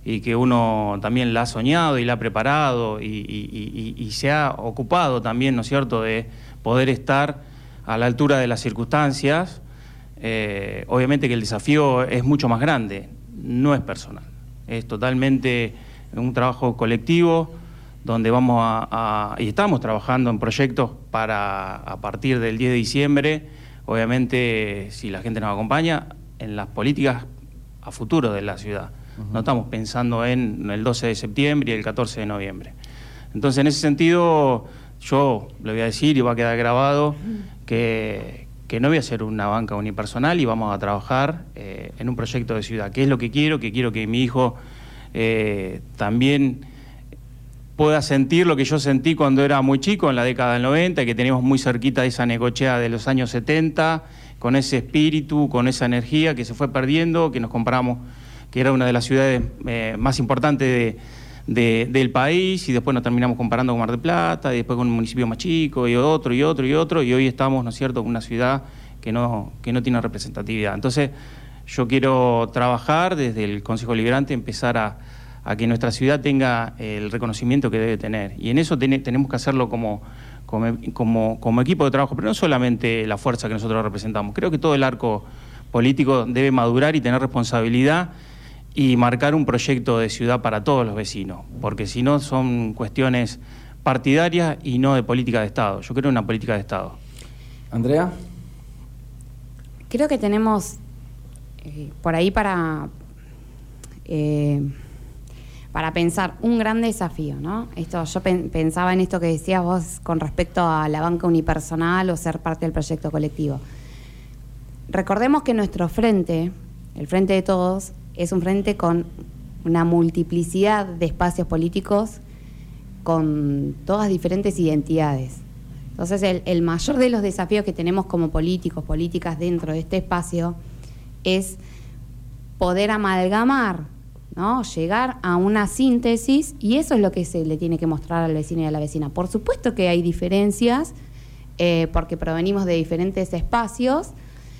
y que uno también la ha soñado y la ha preparado y, y, y, y se ha ocupado también, ¿no es cierto?, de poder estar a la altura de las circunstancias. Eh, obviamente que el desafío es mucho más grande, no es personal, es totalmente un trabajo colectivo donde vamos a, a y estamos trabajando en proyectos para, a partir del diez de diciembre, obviamente, si la gente nos acompaña, en las políticas a futuro de la ciudad. Uh-huh. No estamos pensando en el doce de septiembre y el catorce de noviembre. Entonces, en ese sentido, yo le voy a decir y va a quedar grabado que, que no voy a hacer una banca unipersonal y vamos a trabajar eh, en un proyecto de ciudad, que es lo que quiero, que quiero que mi hijo eh, también pueda sentir lo que yo sentí cuando era muy chico, en la década del noventa, que teníamos muy cerquita de esa Necochea de los años setenta, con ese espíritu, con esa energía que se fue perdiendo, que nos compramos, que era una de las ciudades eh, más importantes de, de, del país, y después nos terminamos comparando con Mar del Plata, y después con un municipio más chico, y otro, y otro, y otro, y hoy estamos, ¿no es cierto?, con una ciudad que no, que no tiene representatividad. Entonces, yo quiero trabajar desde el Consejo Deliberante, empezar a a que nuestra ciudad tenga el reconocimiento que debe tener. Y en eso ten, tenemos que hacerlo como, como, como, como equipo de trabajo, pero no solamente la fuerza que nosotros representamos. Creo que todo el arco político debe madurar y tener responsabilidad y marcar un proyecto de ciudad para todos los vecinos, porque si no son cuestiones partidarias y no de política de Estado. Yo creo en una política de Estado. Andrea. Creo que tenemos eh, por ahí para... Eh, para pensar un gran desafío, ¿no? Esto, yo pen, pensaba en esto que decías vos con respecto a la banca unipersonal o ser parte del proyecto colectivo. Recordemos que nuestro frente, el Frente de Todos, es un frente con una multiplicidad de espacios políticos con todas diferentes identidades. Entonces, el, el mayor de los desafíos que tenemos como políticos, políticas dentro de este espacio, es poder amalgamar, ¿no? Llegar a una síntesis, y eso es lo que se le tiene que mostrar al vecino y a la vecina. Por supuesto que hay diferencias, eh, porque provenimos de diferentes espacios,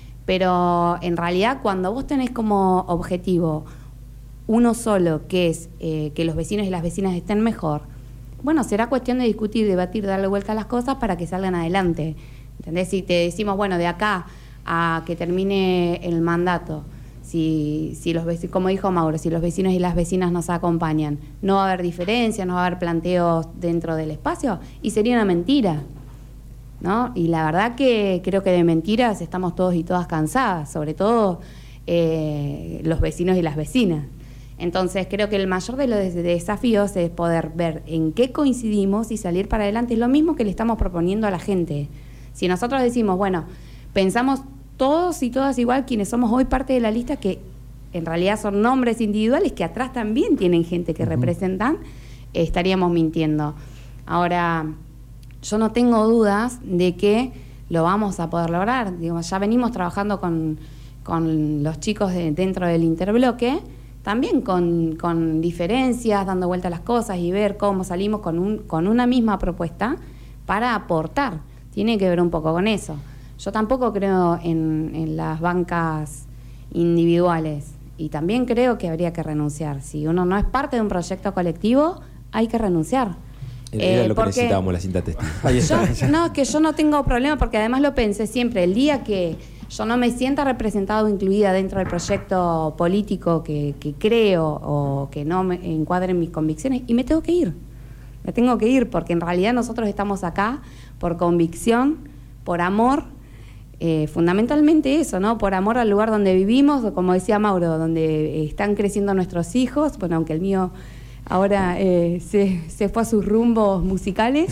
pero en realidad cuando vos tenés como objetivo uno solo, que es eh, que los vecinos y las vecinas estén mejor, bueno, será cuestión de discutir, debatir, darle vuelta a las cosas para que salgan adelante. ¿Entendés? Si te decimos, bueno, de acá a que termine el mandato, Si, si los vecinos, como dijo Mauro, si los vecinos y las vecinas nos acompañan, no va a haber diferencias, no va a haber planteos dentro del espacio, y sería una mentira, ¿no? Y la verdad que creo que de mentiras estamos todos y todas cansadas, sobre todo eh, los vecinos y las vecinas. Entonces creo que el mayor de los desafíos es poder ver en qué coincidimos y salir para adelante. Es lo mismo que le estamos proponiendo a la gente. Si nosotros decimos, bueno, pensamos todos y todas igual, quienes somos hoy parte de la lista, que en realidad son nombres individuales que atrás también tienen gente que uh-huh. representan, eh, estaríamos mintiendo. Ahora, yo no tengo dudas de que lo vamos a poder lograr. Digo, ya venimos trabajando con, con los chicos de, dentro del interbloque, también con, con diferencias, dando vuelta a las cosas y ver cómo salimos con, un, con una misma propuesta para aportar. Tiene que ver un poco con eso. Yo tampoco creo en, en las bancas individuales, y también creo que habría que renunciar. Si uno no es parte de un proyecto colectivo, hay que renunciar. Era eh, lo que necesitábamos, la cinta testigo. Yo, no, es que yo no tengo problema, porque además lo pensé siempre. El día que yo no me sienta representada o incluida dentro del proyecto político que, que creo o que no me encuadre en mis convicciones, y me tengo que ir. Me tengo que ir, porque en realidad nosotros estamos acá por convicción, por amor. Eh, fundamentalmente eso, ¿no? Por amor al lugar donde vivimos, como decía Mauro, donde están creciendo nuestros hijos, bueno, aunque el mío ahora eh, se, se fue a sus rumbos musicales,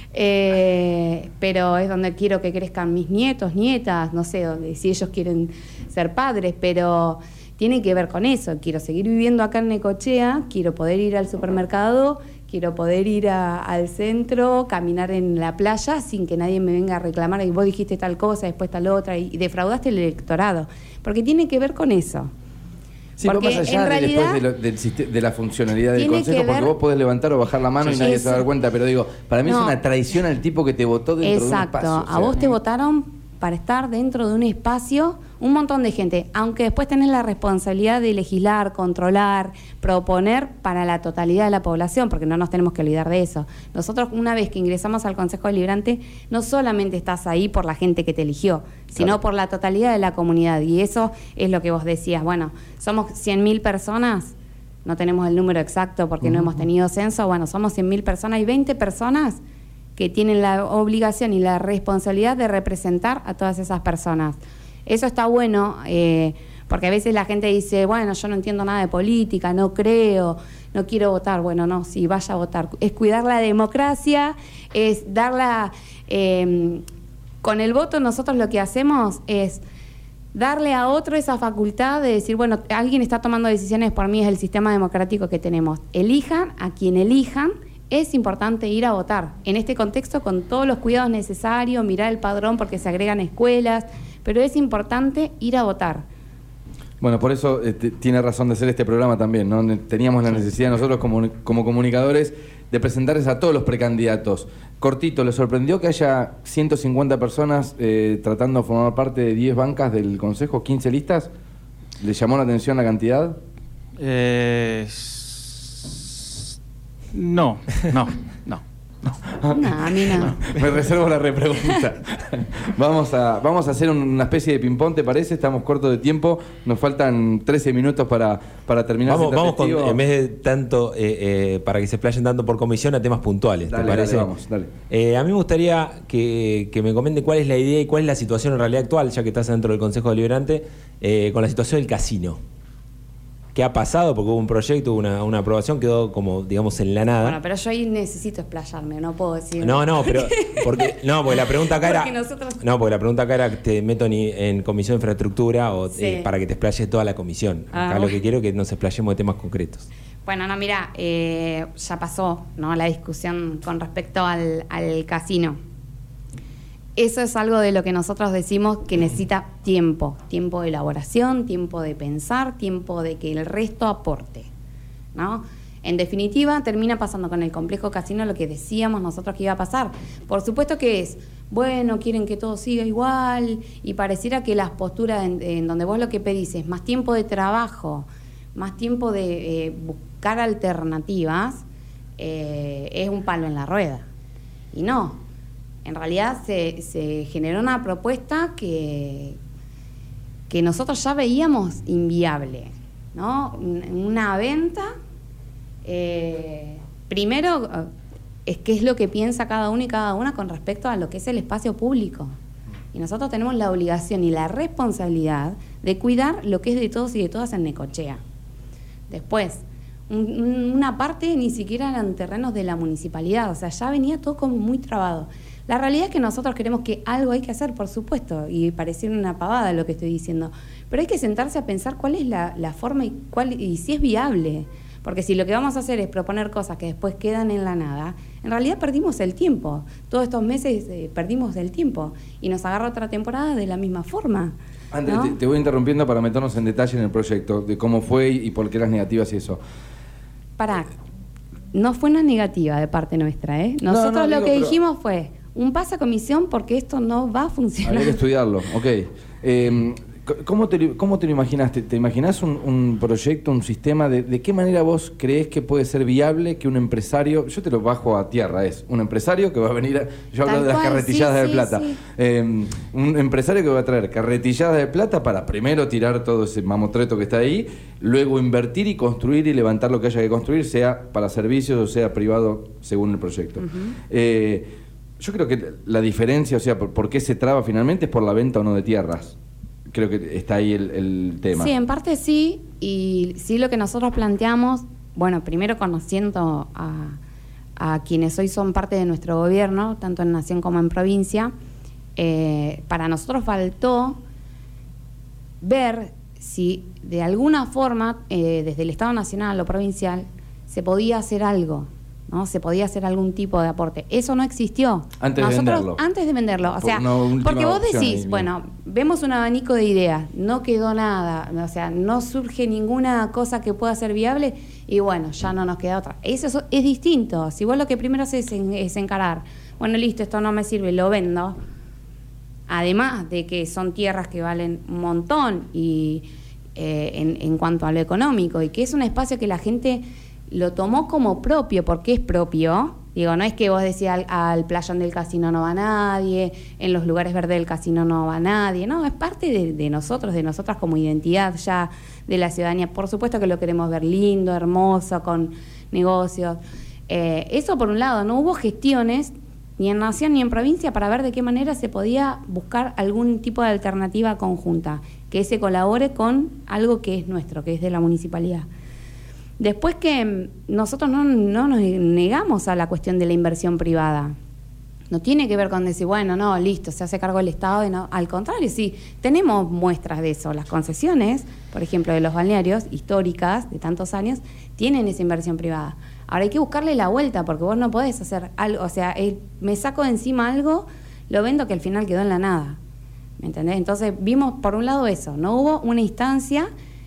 eh, pero es donde quiero que crezcan mis nietos, nietas, no sé, donde, si ellos quieren ser padres, pero tiene que ver con eso. Quiero seguir viviendo acá en Necochea, quiero poder ir al supermercado, quiero poder ir a, al centro, caminar en la playa sin que nadie me venga a reclamar y vos dijiste tal cosa, después tal otra, y, y defraudaste el electorado. Porque tiene que ver con eso. Sí, porque más allá de, después de, lo, del, de la funcionalidad del Consejo, porque ver, vos podés levantar o bajar la mano y nadie eso, se va a dar cuenta, pero digo, para mí no, es una traición al tipo que te votó dentro exacto, de un espacio. O sea, a vos te votaron para estar dentro de un espacio un montón de gente, aunque después tenés la responsabilidad de legislar, controlar, proponer para la totalidad de la población, porque no nos tenemos que olvidar de eso. Nosotros, una vez que ingresamos al Consejo Deliberante, no solamente estás ahí por la gente que te eligió, sino claro, por la totalidad de la comunidad, y eso es lo que vos decías. Bueno, somos cien mil personas, no tenemos el número exacto porque uh-huh. no hemos tenido censo, bueno, somos cien mil personas y veinte personas que tienen la obligación y la responsabilidad de representar a todas esas personas. Eso está bueno, eh, porque a veces la gente dice, bueno, yo no entiendo nada de política, no creo, no quiero votar. Bueno, no, sí, vaya a votar. Es cuidar la democracia, es darla... Eh, con el voto nosotros lo que hacemos es darle a otro esa facultad de decir, bueno, alguien está tomando decisiones por mí, es el sistema democrático que tenemos. Elijan a quien elijan. Es importante ir a votar. En este contexto, con todos los cuidados necesarios, mirar el padrón porque se agregan escuelas, pero es importante ir a votar. Bueno, por eso eh, tiene razón de ser este programa también, ¿no? Teníamos la necesidad nosotros como, como comunicadores de presentarles a todos los precandidatos. Cortito, ¿les sorprendió que haya ciento cincuenta personas eh, tratando de formar parte de diez bancas del Consejo, quince listas? ¿Les llamó la atención la cantidad? Eh... No, no, no, no. No, a mí no. Me reservo la repregunta. Vamos a, vamos a hacer una especie de ping-pong, ¿te parece? Estamos cortos de tiempo, nos faltan trece minutos para, para terminar. Vamos, vamos con, en vez de tanto, eh, eh, para que se explayen tanto por comisión, a temas puntuales, ¿te dale, parece? Dale, vamos, dale. Eh, a mí me gustaría que, que me comente cuál es la idea y cuál es la situación en realidad actual, ya que estás dentro del Consejo Deliberante, eh, con la situación del casino. ¿Qué ha pasado? Porque hubo un proyecto, una, una aprobación, quedó como, digamos, en la nada. Bueno, pero yo ahí necesito explayarme, no puedo decir... No, no, pero... Porque, no, porque la pregunta acá era... Nosotros... No, porque la pregunta acá era que te meto en, en Comisión de Infraestructura o sí. eh, para que te explayes toda la comisión. Ah, acá bueno. lo que quiero es que nos explayemos de temas concretos. Bueno, no, mira, eh, ya pasó, ¿no?, la discusión con respecto al, al casino. Eso es algo de lo que nosotros decimos que necesita tiempo, tiempo de elaboración, tiempo de pensar, tiempo de que el resto aporte, ¿no? En definitiva, termina pasando con el complejo casino lo que decíamos nosotros que iba a pasar. Por supuesto que es, bueno, quieren que todo siga igual, y pareciera que las posturas en, en donde vos lo que pedís es más tiempo de trabajo, más tiempo de eh, buscar alternativas, eh, es un palo en la rueda. Y no. En realidad se, se generó una propuesta que, que nosotros ya veíamos inviable, ¿no? Una venta, eh, primero, es qué es lo que piensa cada uno y cada una con respecto a lo que es el espacio público. Y nosotros tenemos la obligación y la responsabilidad de cuidar lo que es de todos y de todas en Necochea. Después, un, una parte ni siquiera eran terrenos de la municipalidad, o sea, ya venía todo como muy trabado. La realidad es que nosotros queremos que algo hay que hacer, por supuesto, y pareciera una pavada lo que estoy diciendo, pero hay que sentarse a pensar cuál es la, la forma y, cuál, y si es viable, porque si lo que vamos a hacer es proponer cosas que después quedan en la nada, en realidad perdimos el tiempo, todos estos meses eh, perdimos el tiempo, y nos agarra otra temporada de la misma forma. Andrés, ¿no? te, te voy interrumpiendo para meternos en detalle en el proyecto, de cómo fue y, y por qué las negativas y eso. Pará, no fue una negativa de parte nuestra, ¿eh? Nosotros no, no, lo digo, que pero... dijimos fue... un pase a comisión porque esto no va a funcionar. Habría que estudiarlo, ok. Eh, ¿cómo, te, ¿Cómo te lo imaginaste? ¿Te imaginás un, un proyecto, un sistema? De, ¿De qué manera vos creés que puede ser viable que un empresario, yo te lo bajo a tierra, es un empresario que va a venir, a, yo hablo Tal de las cual, carretilladas sí, de sí, plata, sí. Eh, un empresario que va a traer carretilladas de plata para primero tirar todo ese mamotreto que está ahí, luego invertir y construir y levantar lo que haya que construir, sea para servicios o sea privado, según el proyecto. Uh-huh. eh, Yo creo que la diferencia, o sea, por, por qué se traba finalmente es por la venta o no de tierras. Creo que está ahí el, el tema. Sí, en parte sí, y sí lo que nosotros planteamos, bueno, primero conociendo a, a quienes hoy son parte de nuestro gobierno, tanto en Nación como en provincia, eh, para nosotros faltó ver si de alguna forma, eh, desde el Estado Nacional o provincial, se podía hacer algo, ¿no? Se podía hacer algún tipo de aporte. Eso no existió. Antes Nosotros, de venderlo. Antes de venderlo. O sea, Por porque vos opción decís, ahí, bueno, vemos un abanico de ideas, no quedó nada, o sea, no surge ninguna cosa que pueda ser viable y bueno, ya no nos queda otra. Eso es, es distinto. Si vos lo que primero haces es, es encarar, bueno, listo, esto no me sirve, lo vendo. además de que son tierras que valen un montón y eh, en, en cuanto a lo económico, y que es un espacio que la gente lo tomó como propio, porque es propio. Digo, no es que vos decías al, al playón del casino no va nadie, en los lugares verdes del casino no va nadie, no, es parte de, de nosotros, de nosotras como identidad ya de la ciudadanía. Por supuesto que lo queremos ver lindo, hermoso, con negocios. Eh, eso por un lado, no hubo gestiones ni en nación ni en provincia para ver de qué manera se podía buscar algún tipo de alternativa conjunta, que se colabore con algo que es nuestro, que es de la municipalidad. Después que nosotros no, no nos negamos a la cuestión de la inversión privada. No tiene que ver con decir, bueno, no, listo, se hace cargo el Estado. Y no, al contrario, sí, tenemos muestras de eso. Las concesiones, por ejemplo, de los balnearios históricas de tantos años, tienen esa inversión privada. Ahora hay que buscarle la vuelta, porque vos no podés hacer algo, o sea, el, me saco de encima algo, lo vendo que al final quedó en la nada. ¿Me entendés? Entonces vimos, por un lado, eso. No hubo una instancia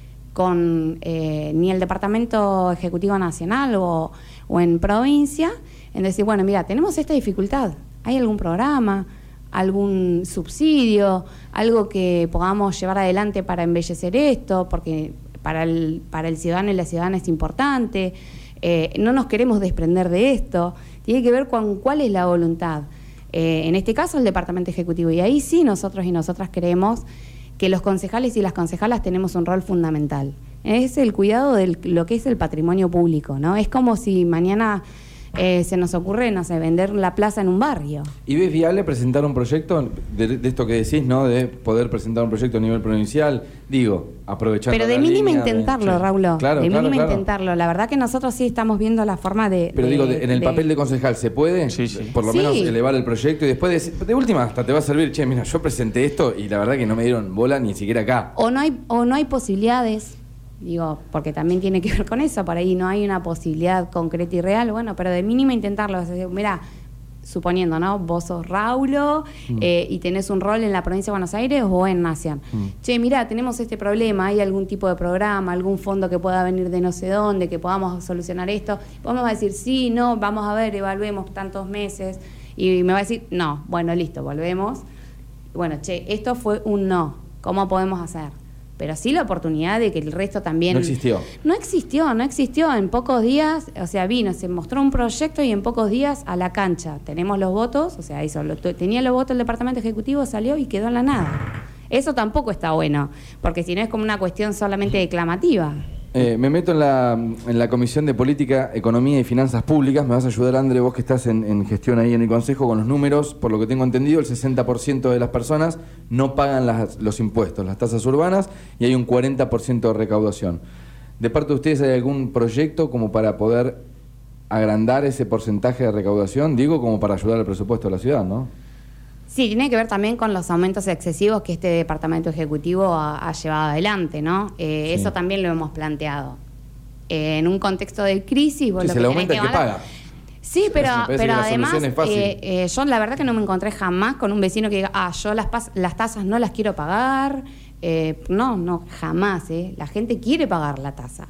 con eh, ni el Departamento Ejecutivo Nacional o, o en provincia, en decir, bueno, mira, tenemos esta dificultad, ¿hay algún programa, algún subsidio, algo que podamos llevar adelante para embellecer esto? Porque para el, para el ciudadano y la ciudadana es importante, eh, no nos queremos desprender de esto, tiene que ver con cuál es la voluntad. Eh, en este caso el Departamento Ejecutivo, y ahí sí nosotros y nosotras creemos que los concejales y las concejalas tenemos un rol fundamental. Es el cuidado de lo que es el patrimonio público, ¿no? Es como si mañana eh, se nos ocurre, no sé, vender la plaza en un barrio. ¿Y ves viable presentar un proyecto de, de esto que decís, ¿no? De poder presentar un proyecto a nivel provincial, digo, aprovechando Pero de la mínima línea intentarlo, de... Raúl. Claro, de claro, mínima claro. intentarlo. La verdad que nosotros sí estamos viendo la forma de... Pero de, digo, de, en el de... papel de concejal, ¿se puede? Sí, sí. Por lo Sí. menos elevar el proyecto y después de, de última hasta te va a servir, che, mira, yo presenté esto y la verdad que no me dieron bola ni siquiera acá. O no hay, o no hay posibilidades, digo, porque también tiene que ver con eso, por ahí no hay una posibilidad concreta y real, bueno, pero de mínima intentarlo. O sea, mira, suponiendo, ¿no? Vos sos Raulo mm. eh, y tenés un rol en la provincia de Buenos Aires o en Nación. Mm. Che, mira, tenemos este problema, hay algún tipo de programa, algún fondo que pueda venir de no sé dónde, que podamos solucionar esto. Vamos a decir, sí, no, vamos a ver, evaluemos tantos meses. Y me va a decir, no, bueno, listo, volvemos. Bueno, che, esto fue un no, ¿cómo podemos hacer? Pero sí la oportunidad de que el resto también... No existió. No existió, no existió. En pocos días, o sea, vino, se mostró un proyecto y en pocos días a la cancha. Tenemos los votos, o sea, eso, lo, tenía los votos el Departamento Ejecutivo, salió y quedó en la nada. Eso tampoco está bueno, porque si no es como una cuestión solamente declamativa. Eh, me meto en la, en la Comisión de Política, Economía y Finanzas Públicas. Me vas a ayudar, André, vos que estás en, en gestión ahí en el Consejo, con los números. Por lo que tengo entendido, el sesenta por ciento de las personas no pagan las, los impuestos, las tasas urbanas, y hay un cuarenta por ciento de recaudación. ¿De parte de ustedes hay algún proyecto como para poder agrandar ese porcentaje de recaudación? Digo, como para ayudar al presupuesto de la ciudad, ¿no? Sí, tiene que ver también con los aumentos excesivos que este Departamento Ejecutivo ha, ha llevado adelante, ¿no? Eh, sí. Eso también lo hemos planteado. Eh, en un contexto de crisis... Vos si lo se que le aumenta que el que paga. Sí, pero, pero además, eh, eh, yo la verdad que no me encontré jamás con un vecino que diga, ah, yo las, las tasas no las quiero pagar. Eh, no, no, jamás. Eh. La gente quiere pagar la tasa.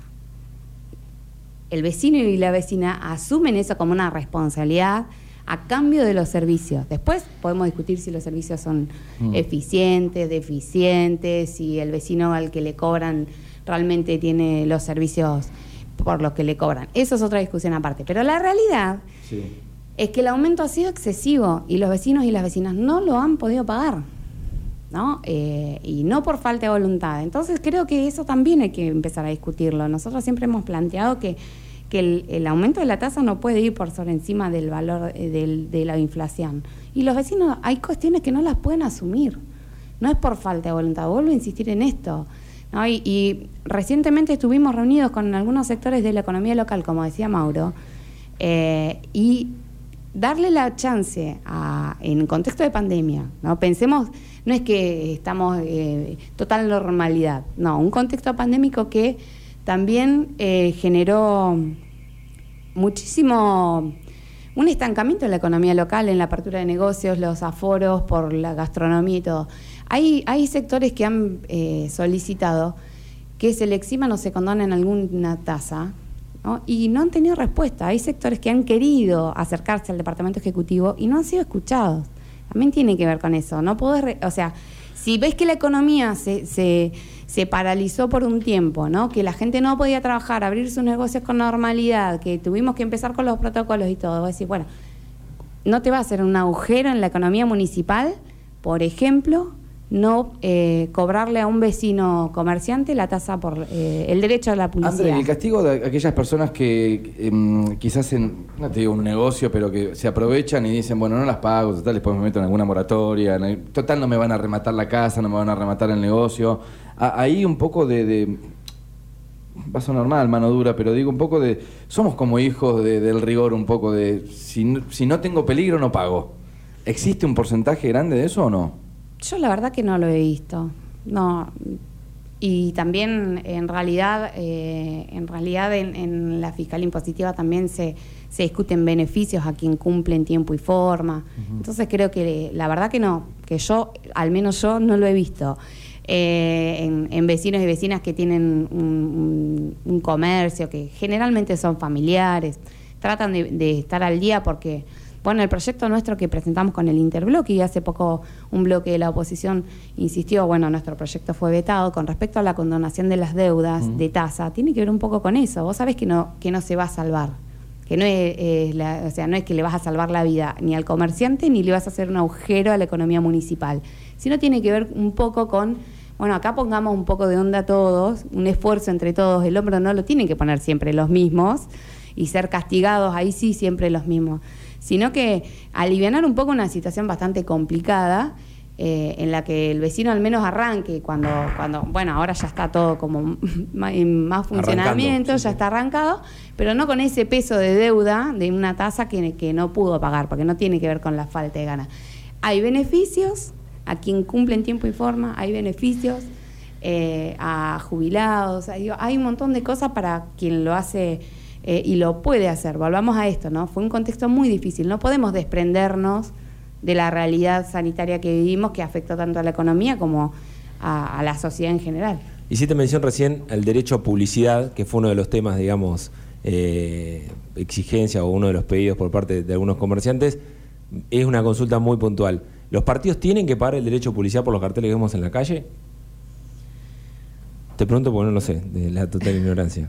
El vecino y la vecina asumen eso como una responsabilidad a cambio de los servicios. Después podemos discutir si los servicios son mm. eficientes, deficientes, si el vecino al que le cobran realmente tiene los servicios por los que le cobran. Eso es otra discusión aparte. Pero la realidad sí. es que el aumento ha sido excesivo y los vecinos y las vecinas no lo han podido pagar, ¿no? Eh, y no por falta de voluntad. Entonces creo que eso también hay que empezar a discutirlo. Nosotros siempre hemos planteado que que el, el aumento de la tasa no puede ir por sobre encima del valor eh, del, de la inflación. Y los vecinos, hay cuestiones que no las pueden asumir. No es por falta de voluntad, vuelvo a insistir en esto, ¿no? Y, y recientemente estuvimos reunidos con algunos sectores de la economía local, como decía Mauro, eh, y darle la chance a, en contexto de pandemia, ¿no? Pensemos, no es que estamos eh, total normalidad, no, un contexto pandémico que también eh, generó muchísimo, un estancamiento en la economía local, en la apertura de negocios, los aforos por la gastronomía y todo. Hay, hay sectores que han eh, solicitado que se le eximan o se condonen alguna tasa, ¿no? Y no han tenido respuesta. Hay sectores que han querido acercarse al Departamento Ejecutivo y no han sido escuchados. también tiene que ver con eso. No podés, re, o sea, si ves que la economía se, se, se paralizó por un tiempo, ¿no? Que la gente no podía trabajar, abrir sus negocios con normalidad, que tuvimos que empezar con los protocolos y todo, vos decís, bueno, no te va a hacer un agujero en la economía municipal, por ejemplo, no eh, cobrarle a un vecino comerciante la tasa por eh, el derecho a la publicidad. André, el castigo de aquellas personas que eh, quizás en, no te digo un negocio, pero que se aprovechan y dicen, bueno, no las pago, total, después me meto en alguna moratoria, total no me van a rematar la casa, no me van a rematar el negocio. A, ahí un poco de, de, va a sonar mal, mano dura, pero digo un poco de, somos como hijos de, del rigor un poco de, si, si no tengo peligro no pago. ¿Existe un porcentaje grande de eso o no? Yo la verdad que no lo he visto, no. Y también en realidad, eh, en realidad en, en la Fiscalía Impositiva también se, se discuten beneficios a quien cumple en tiempo y forma. Uh-huh. Entonces creo que la verdad que no, que yo, al menos yo no lo he visto. Eh, en, en vecinos y vecinas que tienen un, un, un comercio, que generalmente son familiares, tratan de, de estar al día porque... Bueno, el proyecto nuestro que presentamos con el Interbloque, y hace poco un bloque de la oposición insistió, bueno, nuestro proyecto fue vetado, con respecto a la condonación de las deudas uh-huh. de tasa, tiene que ver un poco con eso. Vos sabés que no, que no se va a salvar, que no es, es la, o sea, no es que le vas a salvar la vida ni al comerciante ni le vas a hacer un agujero a la economía municipal, sino tiene que ver un poco con, bueno, acá pongamos un poco de onda todos, un esfuerzo entre todos, el hombro no lo tienen que poner siempre los mismos y ser castigados ahí sí siempre los mismos, sino que alivianar un poco una situación bastante complicada eh, en la que el vecino al menos arranque cuando, cuando bueno, ahora ya está todo como en más funcionamiento, sí, ya sí. está arrancado, pero no con ese peso de deuda de una tasa que, que no pudo pagar, porque no tiene que ver con la falta de ganas. Hay beneficios a quien cumple en tiempo y forma, hay beneficios eh, a jubilados, hay, hay un montón de cosas para quien lo hace... Eh, y lo puede hacer. Volvamos a esto, ¿no? Fue un contexto muy difícil. No podemos desprendernos de la realidad sanitaria que vivimos, que afectó tanto a la economía como a, a la sociedad en general. Hiciste mención recién al derecho a publicidad, que fue uno de los temas, digamos, eh, exigencia o uno de los pedidos por parte de algunos comerciantes. Es una consulta muy puntual. ¿Los partidos tienen que pagar el derecho a publicidad por los carteles que vemos en la calle? Te pregunto porque no lo sé, de la total ignorancia.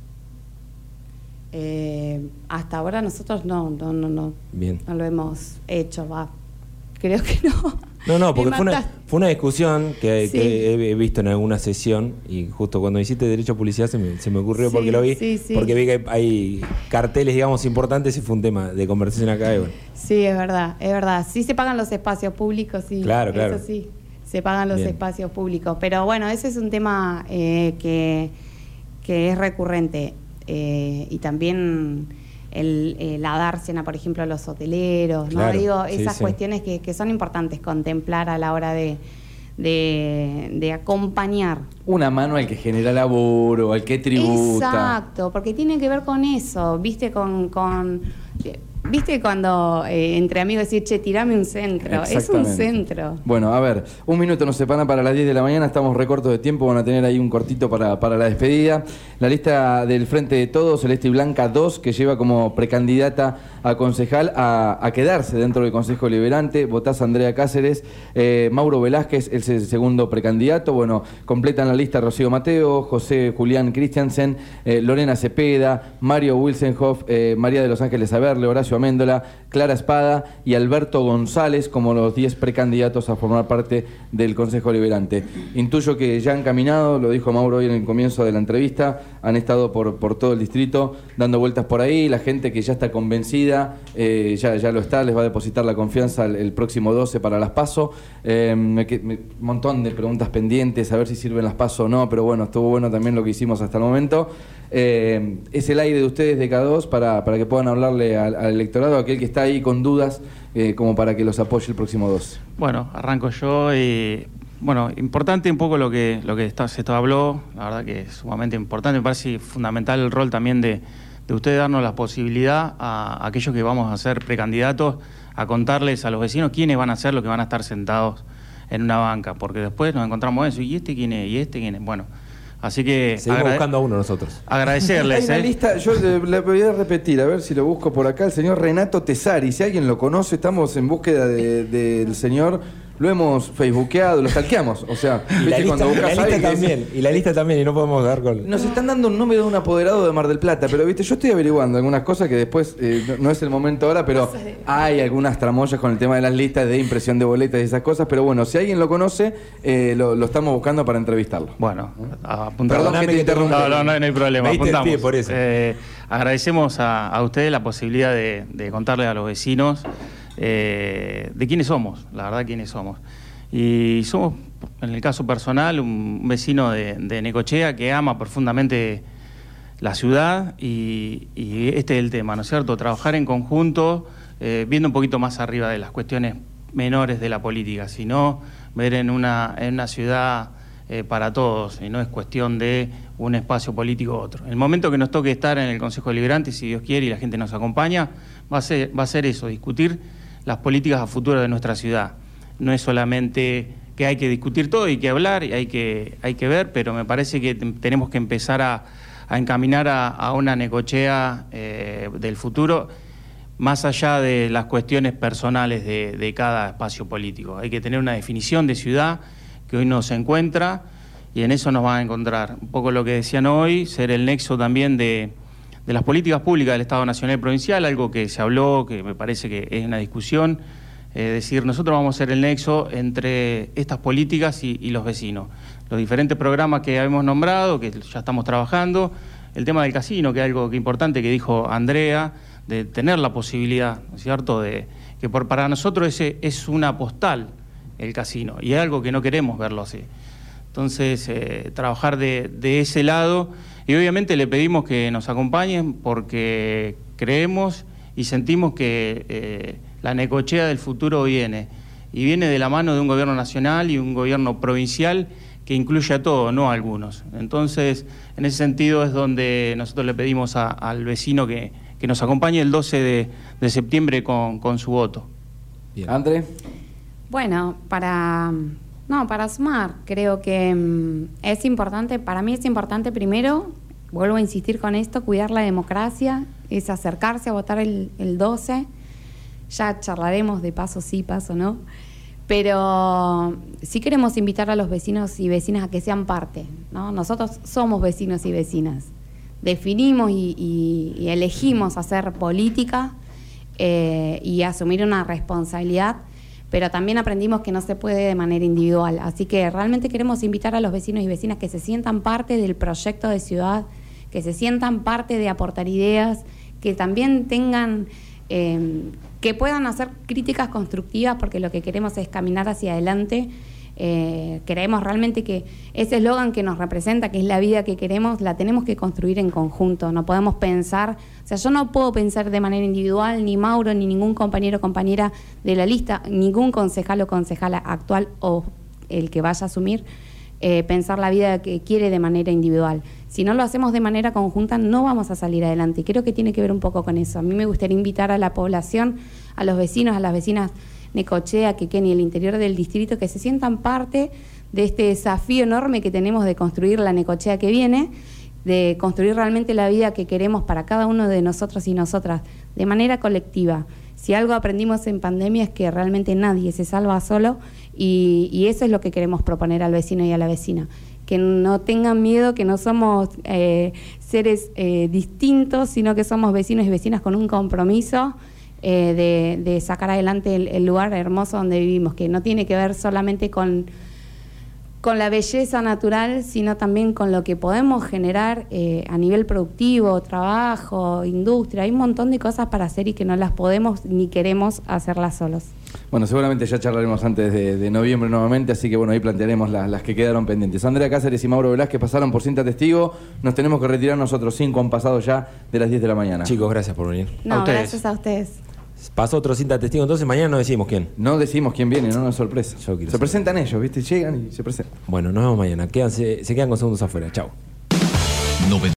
Eh, hasta ahora nosotros no, no, no, no, Bien. no lo hemos hecho, va. Creo que no. No, no, porque fue una, fue una discusión que, sí. que he visto en alguna sesión y justo cuando hiciste derecho a publicidad se me, se me ocurrió sí, porque lo vi, sí, sí. porque vi que hay, hay carteles, digamos, importantes y fue un tema de conversación acá. Y bueno. Sí, es verdad, es verdad. Sí se pagan los espacios públicos, sí. Claro, claro. Eso sí, se pagan los Bien. espacios públicos. Pero bueno, ese es un tema eh, que, que es recurrente. Eh, y también el, eh, la dársena, por ejemplo, a los hoteleros, ¿no? Claro, Digo, sí, esas sí. cuestiones que, que son importantes contemplar a la hora de, de, de acompañar. Una mano al que genera laburo, al que tributa. Exacto, porque tiene que ver con eso, viste, con... con ¿Viste cuando eh, entre amigos decir, che, tirame un centro? Es un centro. Bueno, a ver, un minuto nos separan para las diez de la mañana, estamos recortos de tiempo, van a tener ahí un cortito para, para la despedida. La lista del Frente de Todos, Celeste y Blanca dos, que lleva como precandidata a concejal a, a quedarse dentro del Consejo Liberante. Votás a Andrea Cáceres, eh, Mauro Velázquez, el segundo precandidato. Bueno, completan la lista Rocío Mateo, José Julián Christiansen, eh, Lorena Cepeda, Mario Wilsenhoff, eh, María de los Ángeles Averle, Horacio Améndola, Clara Espada y Alberto González como los diez precandidatos a formar parte del Consejo Liberante. Intuyo que ya han caminado, lo dijo Mauro hoy en el comienzo de la entrevista, han estado por, por todo el distrito dando vueltas por ahí, la gente que ya está convencida, eh, ya, ya lo está, les va a depositar la confianza el, el próximo doce para las PASO. Eh, me, me, un montón de preguntas pendientes, a ver si sirven las PASO o no, pero bueno, estuvo bueno también lo que hicimos hasta el momento. Eh, es el aire de ustedes de K dos para, para que puedan hablarle al, al electorado, aquel que está ahí con dudas, eh, como para que los apoye el próximo doce. Bueno, arranco yo y bueno, importante un poco lo que lo que está, se habló, la verdad que es sumamente importante, me parece fundamental el rol también de, de ustedes darnos la posibilidad a, a aquellos que vamos a ser precandidatos a contarles a los vecinos quiénes van a ser los que van a estar sentados en una banca, porque después nos encontramos eso, ¿y este quién es? ¿Y este quién es? Bueno, Así que... Seguimos buscando a uno nosotros. Agradecerles. Hay una ¿eh? lista, yo le, le voy a repetir, a ver si lo busco por acá, el señor Renato Tesari, si alguien lo conoce, estamos en búsqueda de, de, del señor, lo hemos facebookeado, lo stalkeamos, o sea, Y la ¿viste? lista, Cuando buscas la a lista alguien que también, dice- y la lista también, y no podemos dar con... Nos están dando un número de un apoderado de Mar del Plata, pero viste, yo estoy averiguando algunas cosas que después eh, no, no es el momento ahora, pero hay algunas tramoyas con el tema de las listas de impresión de boletas y esas cosas, pero bueno, si alguien lo conoce, eh, lo, lo estamos buscando para entrevistarlo. Bueno, apuntamos. Perdón que te interrumpí. No, no, no, no hay problema. Me diste el Apuntamos. pie por eso. Eh, agradecemos a, a ustedes la posibilidad de, de contarles a los vecinos eh, de quiénes somos, la verdad quiénes somos. Y somos, en el caso personal, un vecino de, de Necochea que ama profundamente la ciudad y, y este es el tema, ¿no es cierto? Trabajar en conjunto, eh, viendo un poquito más arriba de las cuestiones menores de la política, sino ver en una, en una ciudad eh, para todos, y no es cuestión de un espacio político u otro. El momento que nos toque estar en el Consejo Deliberante, si Dios quiere y la gente nos acompaña, va a ser, va a ser eso, discutir las políticas a futuro de nuestra ciudad. No es solamente que hay que discutir todo y que hablar y hay que, hay que ver, pero me parece que tenemos que empezar a, a encaminar a, a una Necochea eh, del futuro, más allá de las cuestiones personales de, de cada espacio político. Hay que tener una definición de ciudad que hoy no se encuentra y en eso nos van a encontrar. Un poco lo que decían hoy, ser el nexo también de, de las políticas públicas del Estado Nacional y Provincial, algo que se habló, que me parece que es una discusión. Es eh, decir, nosotros vamos a ser el nexo entre estas políticas y, y los vecinos. Los diferentes programas que hemos nombrado, que ya estamos trabajando, el tema del casino, que es algo que importante que dijo Andrea, de tener la posibilidad, ¿no es cierto?, de que por, para nosotros ese es una postal el casino, y es algo que no queremos verlo así. Entonces, eh, trabajar de, de ese lado, y obviamente le pedimos que nos acompañen porque creemos y sentimos que eh, la Necochea del futuro viene, y viene de la mano de un gobierno nacional y un gobierno provincial que incluye a todos, no a algunos. Entonces, en ese sentido es donde nosotros le pedimos a, al vecino que, que nos acompañe el doce de, de septiembre con, con su voto. Bien. André. Bueno, para, no, para sumar, creo que mm, es importante, para mí es importante primero, vuelvo a insistir con esto, cuidar la democracia, es acercarse a votar el, el doce, ya charlaremos de paso sí, paso no, pero sí queremos invitar a los vecinos y vecinas a que sean parte, ¿no? Nosotros somos vecinos y vecinas, definimos y, y, y elegimos hacer política eh, y asumir una responsabilidad, pero también aprendimos que no se puede de manera individual. Así que realmente queremos invitar a los vecinos y vecinas que se sientan parte del proyecto de ciudad, que se sientan parte de aportar ideas, que también tengan, eh, que puedan hacer críticas constructivas, porque lo que queremos es caminar hacia adelante. Eh, creemos realmente que ese eslogan que nos representa, que es la vida que queremos, la tenemos que construir en conjunto. No podemos pensar, o sea, yo no puedo pensar de manera individual, ni Mauro, ni ningún compañero o compañera de la lista, ningún concejal o concejala actual o el que vaya a asumir, eh, pensar la vida que quiere de manera individual. Si no lo hacemos de manera conjunta, no vamos a salir adelante. Y creo que tiene que ver un poco con eso. A mí me gustaría invitar a la población, a los vecinos, a las vecinas Necochea, Quequén y el interior del distrito, que se sientan parte de este desafío enorme que tenemos de construir la Necochea que viene, de construir realmente la vida que queremos para cada uno de nosotros y nosotras, de manera colectiva. Si algo aprendimos en pandemia es que realmente nadie se salva solo, y, y eso es lo que queremos proponer al vecino y a la vecina. Que no tengan miedo, que no somos eh, seres eh, distintos, sino que somos vecinos y vecinas con un compromiso Eh, de, de sacar adelante el, el lugar hermoso donde vivimos, que no tiene que ver solamente con, con la belleza natural, sino también con lo que podemos generar eh, a nivel productivo, trabajo, industria. Hay un montón de cosas para hacer y que no las podemos ni queremos hacerlas solos. Bueno, seguramente ya charlaremos antes de, de noviembre nuevamente, así que bueno, ahí plantearemos las, las que quedaron pendientes. Andrea Cáceres y Mauro Velázquez pasaron por cinta testigo. Nos tenemos que retirar nosotros cinco, han pasado ya de las diez de la mañana. Chicos, gracias por venir. No, A ustedes. gracias a ustedes. Pasó otro cinta testigo, entonces mañana no decimos quién. No decimos quién viene, no, no es sorpresa. Yo quiero Se saber. presentan ellos, ¿viste? Llegan y se presentan. Bueno, nos vemos mañana. Quédense, se quedan con segundos afuera. Chao.